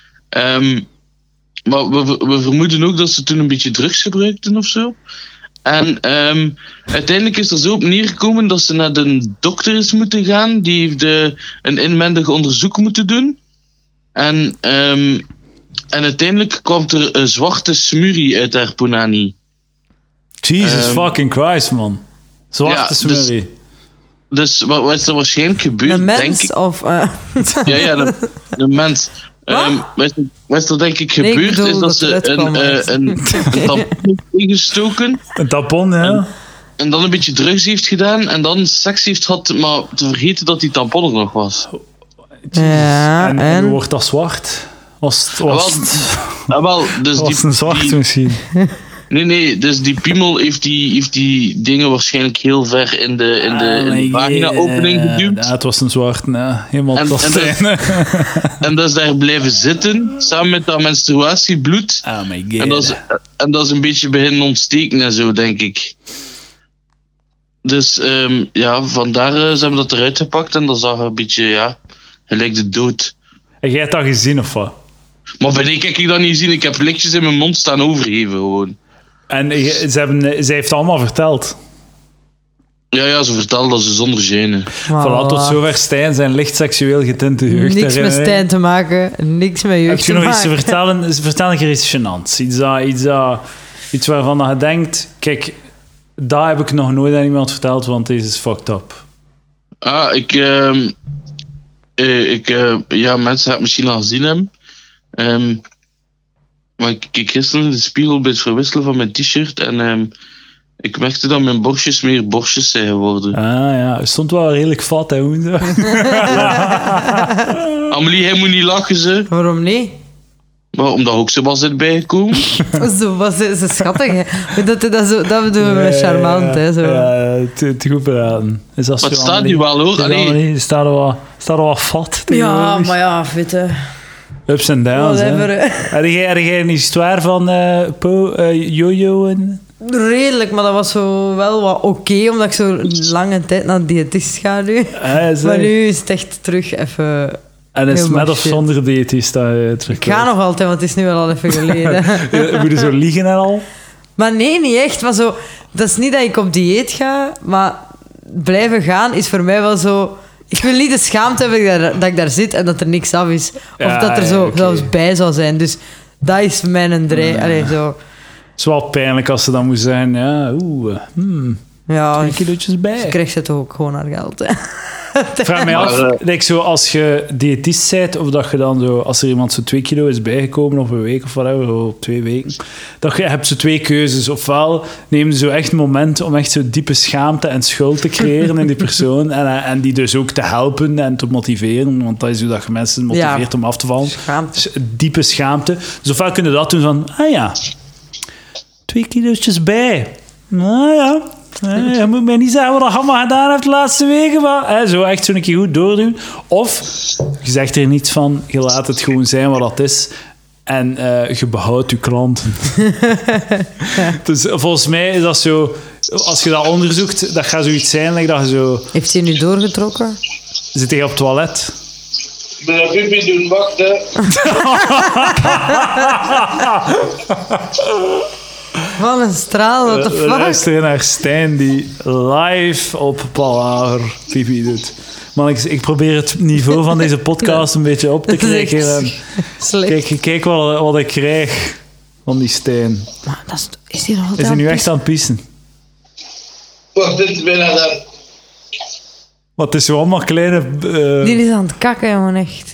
Maar we vermoeden ook dat ze toen een beetje drugs gebruikten of zo. En uiteindelijk is er zo op neergekomen dat ze naar de dokter is moeten gaan. Die heeft een inwendig onderzoek moeten doen. En uiteindelijk kwam er een zwarte smurrie uit haar punani. Jesus fucking Christ, man. Zwarte ja, smurrie. Dus wat is er waarschijnlijk gebeurd, Een denk mens ik? of... Ja, de mens. Wat er denk ik Nee, ik gebeurd bedoel is dat dat eruit ze kwam, een tampon heeft ingestoken Een tampon, ja. en dan een beetje drugs heeft gedaan en dan seks heeft gehad, maar te vergeten dat die tampon er nog was. Ja, En en... wordt dat zwart? Was Dus het een zwart misschien? Nee, dus die piemel heeft die dingen waarschijnlijk heel ver in de vagina-opening geduwd. Ja, het was een zwart, nee. Helemaal En- plastijn. En dat is daar blijven zitten, samen met dat menstruatiebloed. Oh my god. En dat is een beetje beginnen ontsteken en zo, denk ik. Dus vandaar ze hebben dat eruit gepakt en dat zag een beetje, gelijk de dood. En jij hebt dat gezien, of wat? Maar wanneer kijk ik dat niet zien? Ik heb blikjes in mijn mond staan overgeven gewoon. En ze heeft het allemaal verteld. Ja, ze vertelde dat ze zonder gêne. Voilà, tot zover Stijn zijn licht seksueel getinte jeugd. Niks met Stijn te maken, niks met jeugd te maken. Heb je nog iets te vertellen? Een iets gênants. Iets waarvan je denkt, kijk, dat heb ik nog nooit aan iemand verteld, want deze is fucked up. Ja, mensen hebben het misschien al gezien hebben. Maar ik keek gisteren in de spiegel bij het verwisselen van mijn t-shirt en ik merkte dat mijn borstjes meer borstjes zijn geworden. Ja, het stond wel redelijk vat, hè, woensdag. Amelie, hij moet niet lachen, ze. Waarom niet? Maar omdat ook ze was het bijgekomen. Zo was ze schattig, hè. Dat bedoelen we charmant, hè. Zo. Ja, het goed praten. Maar het staat nu wel, hoor. Het staat er wel vat. Ja, maar ja, witte. Ups en downs, hè. Heb jij een histoire van Jojo en... Redelijk, maar dat was zo wel wat oké, omdat ik zo lange tijd naar de diëtist ga nu. Maar nu is het echt terug even... En is het met of zonder diëtist dat je het verkoopt? Ik ga nog altijd, want het is nu wel al even geleden. Moet je zo liegen en al? Maar nee, niet echt. Maar zo, dat is niet dat ik op dieet ga, maar blijven gaan is voor mij wel zo... Ik wil niet de schaamte hebben dat ik daar zit en dat er niks af is. Of dat er zo zelfs bij zou zijn. Dus dat is mijn drijf. Allee, zo... Het is wel pijnlijk als ze dan moet zijn. Ja, ja, 2 kilootjes bij. Ze krijgt ze toch ook gewoon haar geld, hè. Vraag mij af, zo, als je diëtist bent, of dat je dan zo, als er iemand zo 2 kilo is bijgekomen op een week of whatever, of 2 weken, dat je hebt zo 2 keuzes. Ofwel neem je zo echt een moment om echt zo diepe schaamte en schuld te creëren in die persoon en die dus ook te helpen en te motiveren, want dat is hoe dat je mensen motiveert om af te vallen. Schaamte. Diepe schaamte. Dus ofwel kun je dat doen van, 2 kilootjes bij. Nou ja. Je moet mij niet zeggen wat je allemaal gedaan hebt de laatste weken, maar zo echt zo een keer goed doordoen. Of je zegt er niets van, je laat het gewoon zijn wat dat is en je behoudt je klanten. Dus volgens mij is dat zo, als je dat onderzoekt, dat gaat zoiets zijn like dat je zo... Heeft hij nu doorgetrokken? Zit hij op het toilet? Ik ben dat pipi doen, wachten. Wat een straal, what the fuck? Luister naar Stijn die live op Palaver pipi doet. Man, ik probeer het niveau van deze podcast een beetje op te krijgen. Kijk wat ik krijg van die Stijn. Maar is hij nog altijd is hij nu echt aan het pissen? Wacht, dit is bijna dan. Wat het is zo allemaal kleine... Die is aan het kakken, jongen, echt.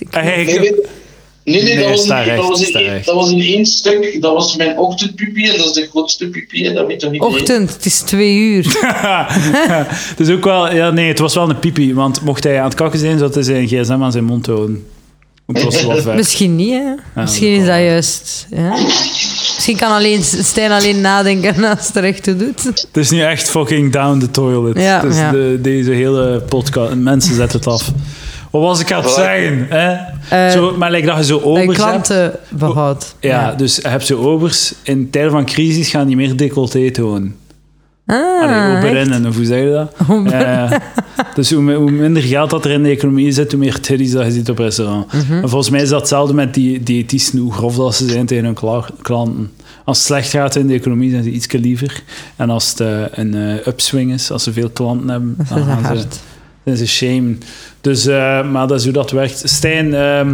Nee, dat was in 1 stuk. Dat was mijn ochtendpipi en dat is de grootste pipi en dat weet toch niet. Ochtend, het is 2 uur. Het is ook wel... Ja, nee, het was wel een pipi, want mocht hij aan het kakken zijn, zou hij zijn gsm aan zijn mond houden. Misschien niet, hè. Misschien is dat juist... Ja. Misschien kan Stijn alleen nadenken als het er echt toe doet. Het is nu echt fucking down the toilet. Ja, dus deze hele podcast... Mensen zetten het af. Wat was ik aan het zeggen? Hè? Maar dat je zo obers hebt... klanten behoudt. Ja, dus je hebt zo obers. In tijden van crisis gaan die meer decolleté tonen. Oberinnen, of hoe zeg je dat? Dus hoe minder geld dat er in de economie zit, hoe meer titties dat je ziet op restaurant. En volgens mij is dat hetzelfde met die diëtisten, hoe grof dat ze zijn tegen hun klanten. Als het slecht gaat in de economie, zijn ze iets liever. En als het een upswing is, als ze veel klanten hebben, dan zijn ze shamen. Dus, maar dat is hoe dat werkt. Stijn,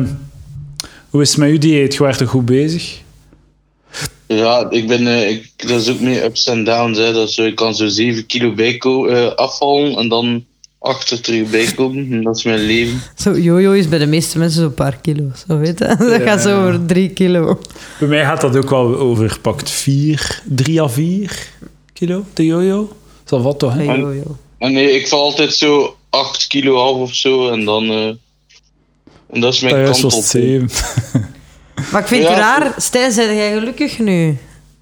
hoe is het met uw dieet? Je werd toch goed bezig? Ja, dat is ook meer ups en downs. Hè. Dat is zo, ik kan zo 7 kilo afvallen en dan 8 terug bijkomen. En dat is mijn leven. Zo, jojo is bij de meeste mensen zo'n paar kilo. Zo weet je? Dat gaat zo over 3 kilo. Bij mij gaat dat ook wel over pakt 3 à 4 kilo, de jojo. Dat is wat toch, hè? En nee, ik val altijd zo 8 kilo af of zo en dan... en dat is mijn kant op. 7. Maar ik vind het raar, Stijn, ben jij gelukkig nu?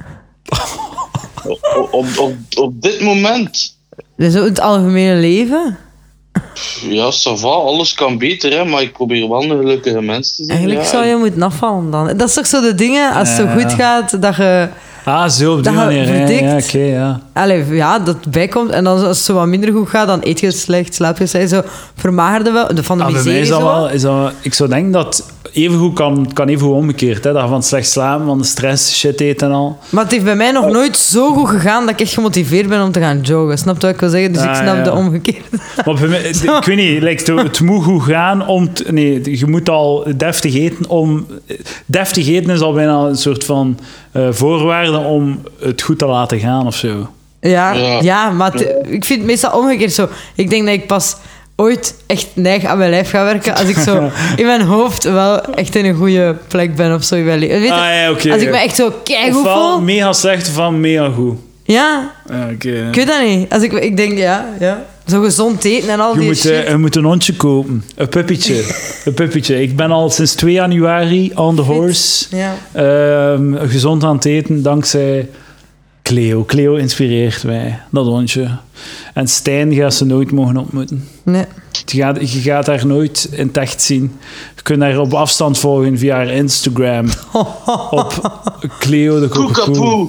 Op dit moment? Dus het algemene leven? Ja, ça va, alles kan beter, hè, maar ik probeer wel een gelukkige mens te zijn. Eigenlijk zou je moeten afvallen dan. Dat is toch zo de dingen, als het zo goed gaat, dat je... Zo op die manier. Ja, oké. Allee, ja, dat bijkomt. En dan als het zo wat minder goed gaat, dan eet je slecht, slaap je slecht. Zo vermagerde wel. Van de miserie bij mij is dat wel... ik zou denken dat evengoed kan evengoed omgekeerd. Hè? Dat je van slecht slapen, van de stress, shit eten en al. Maar het heeft bij mij nog nooit zo goed gegaan dat ik echt gemotiveerd ben om te gaan joggen. Snap je wat ik wil zeggen? Dus ik snap de omgekeerde. Maar bij mij, ik weet niet, het moet goed gaan om... je moet al deftig eten. Deftig eten is al bijna een soort van voorwaarde om het goed te laten gaan of zo. Ja, maar ik vind het meestal omgekeerd zo. Ik denk dat ik pas ooit echt neig aan mijn lijf ga werken als ik zo in mijn hoofd wel echt in een goede plek ben of zo. Weet je, als ik me echt zo keigoed voel. Ofwel mega slecht of mega goed. Ja. Okay. Ik weet dat niet. Ik denk, ja. Zo gezond eten en al die shit. Je moet een hondje kopen. Een puppytje. Ik ben al sinds 2 januari on the horse. Ja. Gezond aan het eten, dankzij Cleo. Cleo inspireert mij, dat hondje. En Stijn gaat ze nooit mogen ontmoeten. Nee. Je gaat haar nooit in het echt zien. Je kunt haar op afstand volgen via haar Instagram. Op Cleo de Kokkapoe.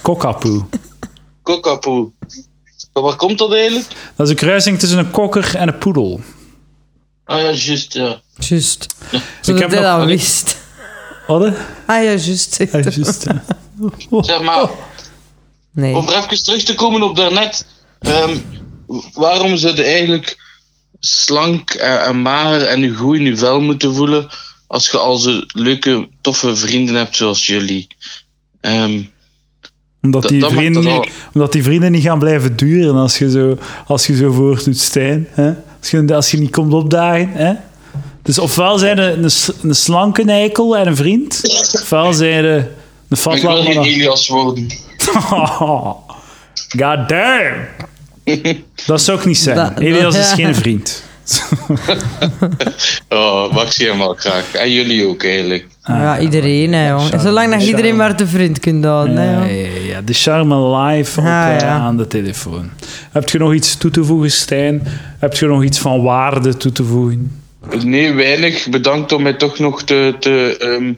Kokkapoe. Waar komt dat eigenlijk? Dat is een kruising tussen een kokker en een poedel. Ah ja, juist, ja. Juist. Ja. Zodat hij dat wist. Wat? Ah ja, juist. Zeg maar... Nee. Om even terug te komen op daarnet. Waarom zou je eigenlijk slank en mager en je goed in je vel moeten voelen als je al zo leuke, toffe vrienden hebt zoals jullie? Omdat die vrienden niet gaan blijven duren als je zo voordoet, Stijn. Hè? Als je niet komt opdagen. Hè? Dus ofwel zijn je een slanke eikel en een vriend, ofwel zijn je een fatwa. Ik wil geen Elias worden. God damn! Dat zou ik niet zijn. Elias is geen vriend. Maxi helemaal graag. En jullie ook eigenlijk. Ja, iedereen, hè, jong. Zolang dat iedereen maar te vriend kunt houden. Ja, de charme live aan de telefoon. Heb je nog iets toe te voegen, Stijn? Heb je nog iets van waarde toe te voegen? Nee, weinig. Bedankt om mij toch nog te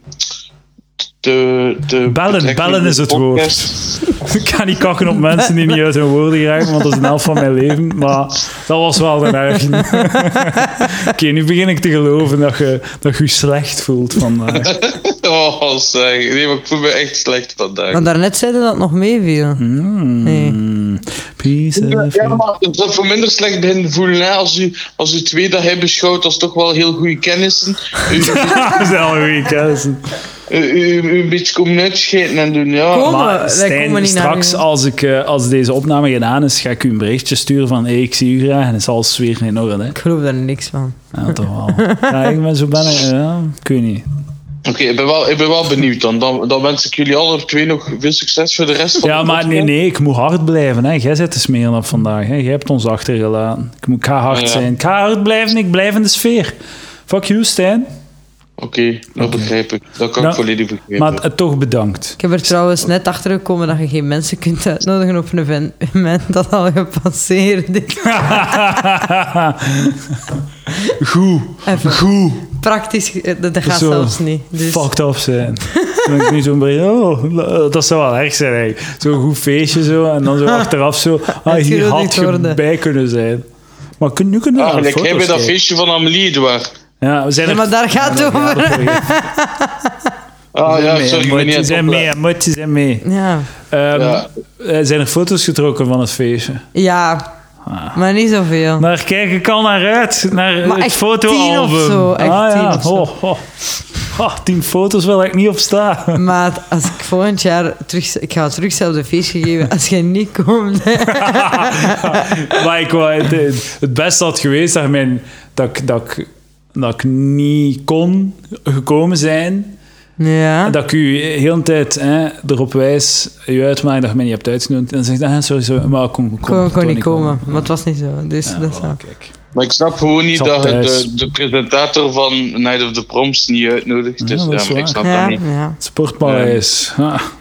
bellen is het woord. Ik kan niet kakken op mensen die niet uit hun woorden geraken, want dat is een helft van mijn leven. Maar dat was wel een erging. Oké, nu begin ik te geloven dat je slecht voelt vandaag. Zeg. Nee, maar ik voel me echt slecht vandaag. Maar daarnet zeiden dat het nog meeviel. Nee. Ja, maar het zou voor minder slecht beginnen voelen, hè, als u 2 dat hij beschouwt als toch wel heel goede kennissen. Dat zijn al goede kennissen. U een beetje komen uitscheten en doen, ja. Maar Stijn, straks als deze opname gedaan is, ga ik u een berichtje sturen van ik zie u graag en het is alles weer in orde. Hè? Ik geloof daar niks van. Ja, toch wel. Ja, ik ben zo ik weet niet. Oké, ik ben wel benieuwd dan wens ik jullie alle 2 nog veel succes voor de rest van de maar nee, ik moet hard blijven. Hè. Jij zit te smeren op vandaag. Hè. Jij hebt ons achtergelaten. Ik ga hard zijn. Ik ga hard blijven, ik blijf in de sfeer. Fuck you, Stijn. Oké, dat begrijp ik. Dat kan ik volledig begrijpen. Maar toch bedankt. Ik heb er trouwens net achter gekomen dat je geen mensen kunt uitnodigen op een evenement dat al gepasseerd is. Goed. Praktisch, dat gaat zo zelfs niet. Dus. Fucked off zijn. Dan ben ik nu zo'n beetje, dat zou wel erg zijn eigenlijk. Zo'n goed feestje zo, en dan zo achteraf zo, hier had je bij kunnen zijn. Maar nu kunnen we ik heb bij dat feestje van Amélie, Edouard. Ja, we zijn maar daar gaat het over. Sorry, zijn mee. Ja. Zijn er foto's getrokken van het feestje? Ja, maar niet zoveel. Naar kijken kan naar uit, naar maar het fotoalbum. 10 of zo, echt 10 of zo. 10 foto's wil ik niet op staan. Maar als ik volgend jaar ik ga terug zelfs feestje geven als jij niet komt. Maar het beste had geweest dat ik niet kon gekomen zijn. Ja. Dat ik u de hele tijd erop wijs, je uitmaakt dat je mij niet hebt uitgenodigd. En dan zeg je, sorry, maar ik kon niet komen. Maar het was niet zo. Dus dat is zo. Kijk. Maar ik snap gewoon niet dat je de presentator van Night of the Proms niet uitnodigt. Dus maar ik snap dat niet. Ja. Sportpaleis.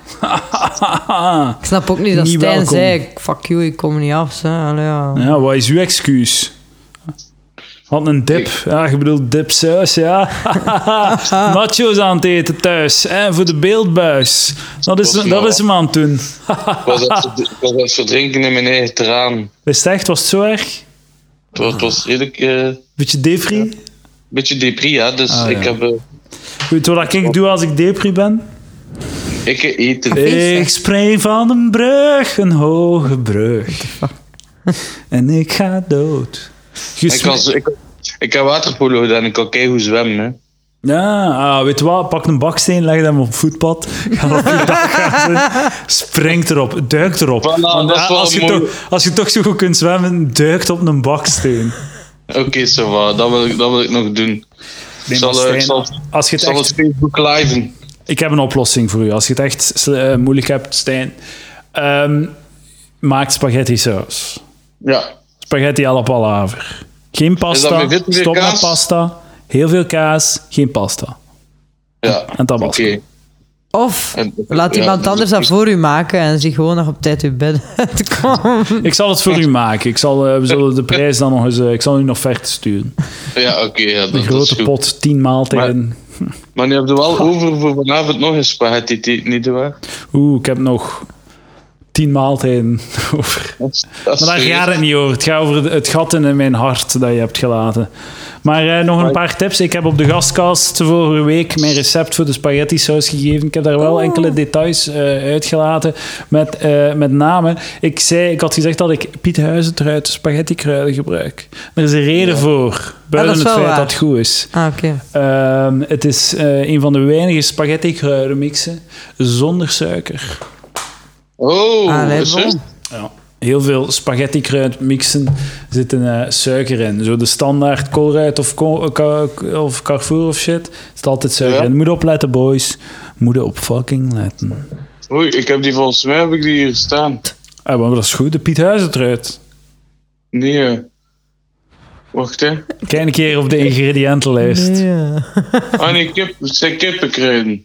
Ik snap ook niet dat Stijn welkom. Zei, fuck you, ik kom niet af. Ja, wat is uw excuus? Had een dip. Ja, je bedoelt dipsaus, ja. Macho's aan het eten thuis. Voor de beeldbuis. Dat is hem aan het doen. Ik was aan het verdrinken in mijn eigen traan. Is het echt? Was het zo erg? Het was redelijk... Beetje depri? Beetje depri, ja. Dus ik heb... Weet je wat ik doe als ik depri ben? Ik eten. Ik spring van een brug, een hoge brug. En ik ga dood. Ik heb waterpolo gedaan en ik kan keigoed zwemmen. Hè. Ja, weet je wat? Pak een baksteen, leg hem op het voetpad. Ga op je dak gaan. Springt erop, duikt erop. Voilà, Want, dat is wel als je toch zo goed kunt zwemmen, duikt op een baksteen. Oké, ça va. Dat wil ik nog doen. Ik zal het Facebook liven. Ik heb een oplossing voor u. Als je het echt moeilijk hebt, Stijn. Maak spaghetti saus. Ja. Spaghetti alla palaver. Geen pasta. Stop met pasta. Heel veel kaas. Geen pasta. Ja. En tabasco. Okay. Of laat iemand anders dat voor u maken en zich gewoon nog op tijd uw bed uitkomen. Ik zal het voor u maken. We zullen de prijs dan nog eens... ik zal u nog offerte sturen. Ja, oké. Een grote pot, 10 maaltijden. Maar je hebt er wel over voor vanavond nog een spaghetti, niet waar? Ik heb nog 10 maaltijden over. Maar daar gaat het niet over. Het gaat over het gat in mijn hart dat je hebt gelaten. Maar nog een paar tips. Ik heb op de gastkast vorige week mijn recept voor de spaghetti saus gegeven. Ik heb daar wel enkele details uitgelaten. Met name, ik had gezegd dat ik Piet Huizentruid spaghetti kruiden gebruik. Er is een reden voor. Buiten het feit dat het goed is. Het is een van de weinige spaghetti kruiden mixen zonder suiker. Is het? Ja. Heel veel spaghetti kruid mixen zitten suiker in. Zo de standaard Colruyt of Carrefour of shit. Zit altijd suiker in. Moet opletten, boys. Moet op fucking letten. Oei, ik heb die volgens mij hier staan. Maar dat is goed. De Piet Huizentruid. Nee. Wacht, hè. Kijk een keer op de ingrediëntenlijst. Nee, kippenkruiden.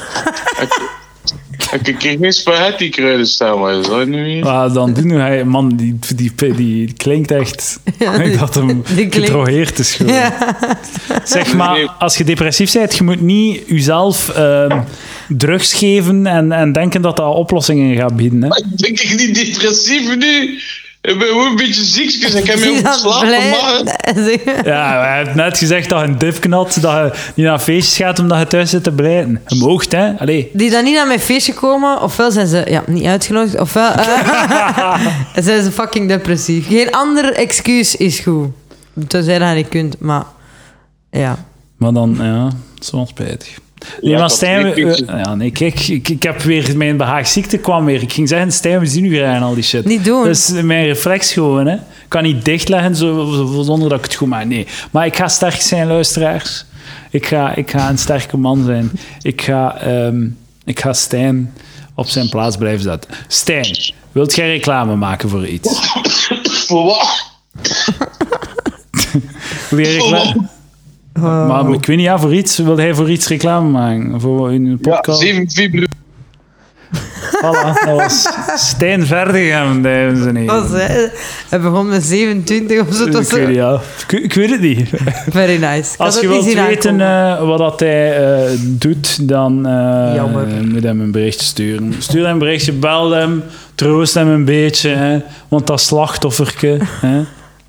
Ik heb geen spaghetti kruiden staan, maar dat is niet meer. Dan doen hij, man, die klinkt echt. Dat hem gedrogeerd is gewoon. Ja. Zeg maar, als je depressief bent, je moet niet jezelf drugs geven en denken dat dat oplossingen gaat bieden. Hè? Maar ik ben niet depressief nu. Ik ben gewoon een beetje ziekjes. Ik heb me ook geslapen. Ja, hij heeft net gezegd dat je een dip knat, dat je niet naar feestjes gaat omdat je thuis zit te blijten. Je moogt, hè? Allee. Die dan niet naar mijn feestje komen, ofwel zijn ze niet uitgenodigd, ofwel zijn ze fucking depressief. Geen ander excuus is goed. Tenzij dat je niet kunt, maar ja. Maar dan, dat is wel spijtig. Nee, maar Stijn... ik heb weer... Mijn behaagziekte kwam weer. Ik ging zeggen, Stijn, we zien u graag en al die shit. Niet doen. Dat is mijn reflex gewoon, hè. Ik kan niet dichtleggen zonder dat ik het goed maak. Nee. Maar ik ga sterk zijn, luisteraars. Ik ga een sterke man zijn. Ik ga Stijn op zijn plaats blijven zetten. Stijn, wilt jij reclame maken voor iets? Voor wat? Wil jij reclame... Maar ik weet niet, voor iets. Wil hij voor iets reclame maken? Voor een podcast? 7 februari. Voilà, dat was Stijn Verdegem, dames en heren. Hij begon met 27 of zo. Ik weet het niet. Very nice. Als je wilt weten wat dat hij doet, dan moet hem een berichtje sturen. Stuur hem een berichtje, bel hem, troost hem een beetje. Hè, want dat slachtofferke... Hè.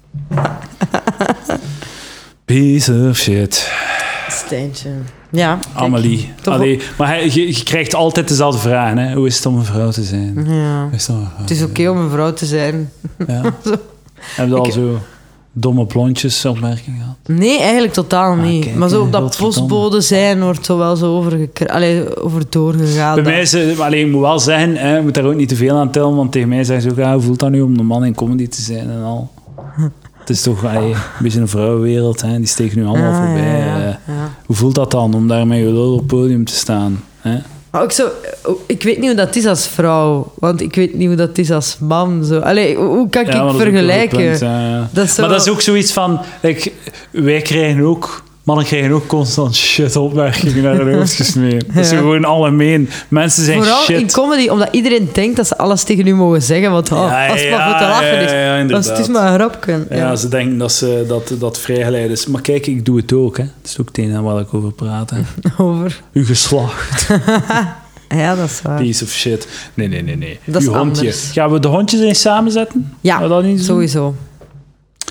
Piece of shit. Stijntje. Ja. Amelie. Allee, maar je krijgt altijd dezelfde vragen. Hè? Hoe is het om een vrouw te zijn? Ja. Het is oké om een vrouw te zijn. Ja. Heb je al zo domme blondjes opmerkingen gehad? Nee, eigenlijk totaal niet. Kijk, maar zo op dat postbode zijn wordt zo wel zo over doorgegaan. Bij mij is ik moet wel zeggen, je moet daar ook niet te veel aan tellen, want tegen mij zeggen ze ook, hoe voelt dat nu om een man in comedy te zijn en al? Het is toch een beetje een vrouwenwereld, hè? Die steken nu allemaal voorbij. Ja. Hoe voelt dat dan, om daar met je lul op het podium te staan? Hè? Maar ook zo, ik weet niet hoe dat is als vrouw, want ik weet niet hoe dat is als man. Zo. Allee, hoe kan ik vergelijken? Punt, dat is zo... Maar dat is ook zoiets van, wij krijgen ook... Mannen krijgen ook constant shit opmerkingen naar hun hoofd gesmeerd. Dat is gewoon algemeen. Mensen zijn vooral shit. in comedy, omdat iedereen denkt dat ze alles tegen u mogen zeggen. Want als het maar voor te lachen is. Want het is maar een grapje. Ja, ze denken dat vrijgeleid is. Maar kijk, ik doe het ook. Hè. Dat is ook het ene waar ik over praat. Hè. Over? Uw geslacht. Ja, dat is waar. Piece of shit. Nee. Dat is uw hondje. anders. Gaan we de hondjes eens samenzetten? Ja, dat niet sowieso.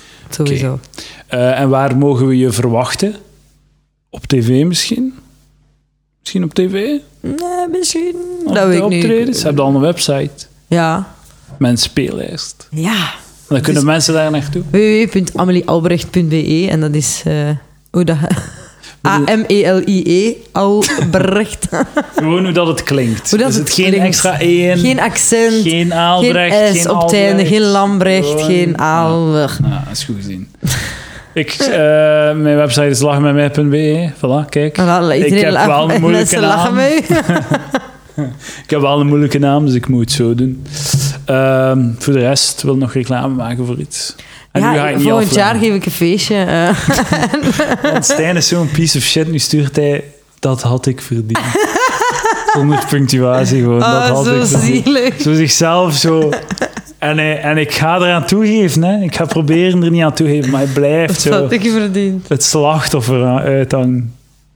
Sowieso. Okay. En waar mogen we je verwachten? Op tv misschien? Misschien op tv? Nee, misschien. Dat weet ik niet. Ze hebben al een website. Ja. Mijn speellijst. Ja. Dan kunnen mensen daar naartoe. www.ameliealbrecht.be en dat is... hoe dat... A-M-E-L-I-E, Albrecht. Gewoon hoe dat het klinkt. Hoe dat is het het geen klinkt. extra E in? Geen accent. Geen Albrecht. Geen S op het einde. Geen Lambrecht. Gewoon, geen Albrecht. Ja, dat is goed gezien. Mijn website is lachenmetmij.be. Voilà, kijk. Ik heb wel een moeilijke naam. Ik heb wel een moeilijke naam, dus ik moet het zo doen. Voor de rest wil ik nog reclame maken voor iets. En ja, nu ga ik niet volgend jaar geef ik een feestje. Want Stijn is zo'n piece of shit. Nu stuurt hij... Dat had ik verdiend. Zonder punctuatie gewoon. Dat had zo ik verdiend. zielig. Zo zichzelf zo... En ik ga eraan toegeven. Hè. Ik ga proberen er niet aan toegeven. Maar hij blijft zo... Dat had ik verdiend. Het slachtoffer uithangen.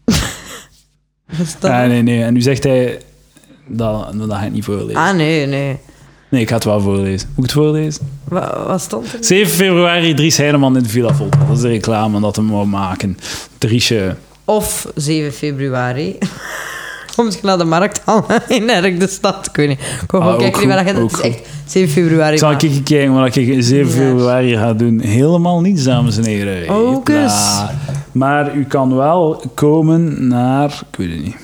Nee. En nu zegt hij... Dat ga ik niet voorlezen. Ah, nee. Nee, ik ga het wel voorlezen. Moet ik het voorlezen? Wat stond er? 7 februari, Dries Heineman in de Villa Volta. Dat is de reclame dat we wou maken. Driesje. Of 7 februari. Komt je naar de markt halen in de stad? Ik weet niet. Ik wil gewoon kijken waar het is. Echt 7 februari. Zal ik kijken wat ik 7 februari ga doen? Helemaal niets, dames en heren. Ook eens. Maar u kan wel komen naar... Ik weet het niet.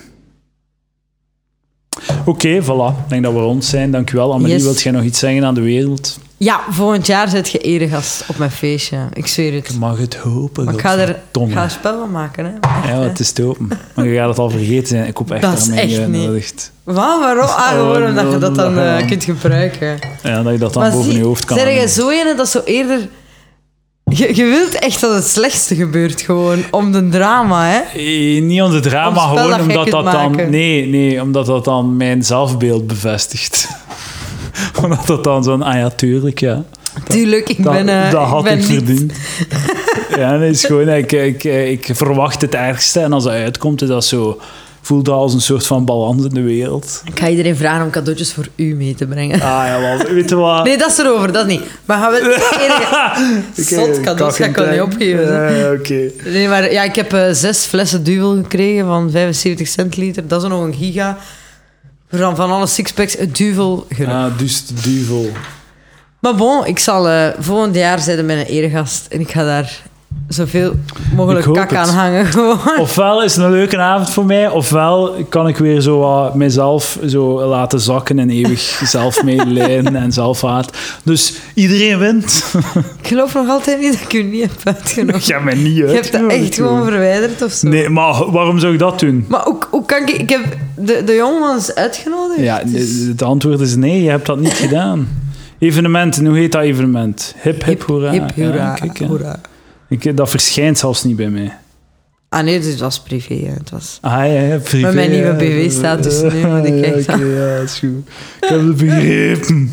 Oké, voilà. Ik denk dat we rond zijn. Dank u wel. Amelie, Yes. wilt jij nog iets zeggen aan de wereld? Ja, volgend jaar zit je eregast op mijn feestje. Ik zweer het. Ik mag het hopen. Maar ik ga een spel van maken. Hè. Echt, ja, het is te open. Maar je gaat het al vergeten zijn. Ik hoop echt dat is echt niet. Waarom? Gewoon omdat je dat dan kunt gebruiken. Ja, dat je dat dan maar boven je hoofd kan. Zeg je zo ene dat zo eerder... Je wilt echt dat het slechtste gebeurt, gewoon om de drama, hè? Niet om de drama, gewoon omdat dat dan... Maken. Nee, omdat dat dan mijn zelfbeeld bevestigt. Omdat dat dan zo'n... Ah ja, tuurlijk, ja. Tuurlijk, ik ben dat had ben ik niet... verdiend. Ja, nee, is gewoon... Ik verwacht het ergste en als dat uitkomt, is dat zo... Voelt dat als een soort van balans in de wereld. Ik ga iedereen vragen om cadeautjes voor u mee te brengen. Ah ja, wel, weet je wat? Nee, dat is erover, dat niet. Maar gaan we... Zot, cadeautjes ga ik wel niet opgeven. Ja, oké. Nee, maar ja, ik heb 6 flessen Duvel gekregen van 75 centiliter. Dat is nog een giga. Van alle sixpacks, het Duvel. Dus de duvel. Maar bon, ik zal volgend jaar zijn met een eregast. En ik ga daar zoveel mogelijk kak aan hangen. Gewoon. Ofwel is het een leuke avond voor mij, ofwel kan ik weer zo mezelf zo laten zakken en eeuwig zelfmedelijden en zelfhaat. Dus iedereen wint. Ik geloof nog altijd niet dat ik u niet heb uitgenodigd. Je hebt mij niet uitgenodigd. Je hebt dat echt gewoon verwijderd of zo. Nee, maar waarom zou ik dat doen? Maar hoe kan ik... Ik heb de jongens uitgenodigd. Ja, het antwoord is nee, je hebt dat niet gedaan. Evenementen, hoe heet dat evenement? Hip, hip, hoera. Hip, hoera. Ja, kijk, Hoera. Dat verschijnt zelfs niet bij mij. Ah nee, dus het was privé. Hè. Het was... Ja, privé. Met mijn nieuwe BV-status nu moet ik echt... Ja, dat is goed. Ik heb het begrepen.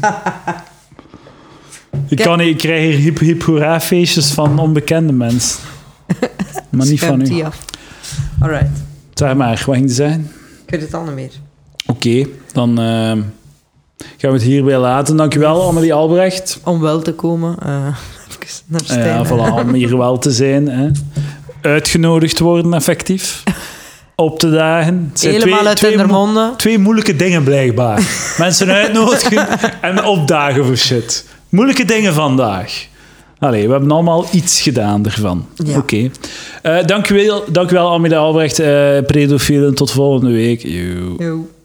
Ik krijg hier hip, hip, hoera feestjes van onbekende mensen. Maar niet van u. Alright. Zeg maar, wat ging het zijn? Ik weet het al niet meer. Oké, dan gaan we het hierbij laten. Dankjewel, Amelie Albrecht. Om wel te komen. Even naar Stijn. Ja, voilà, om hier wel te zijn. Hè. Uitgenodigd worden, effectief. Op te dagen. Helemaal uit Dendermonde. 2 moeilijke dingen, blijkbaar. Mensen uitnodigen en opdagen voor shit. Moeilijke dingen vandaag. Allee, we hebben allemaal iets gedaan ervan. Ja. Oké. Dank u wel, Amelie Albrecht. Predofielen, tot volgende week. Yo.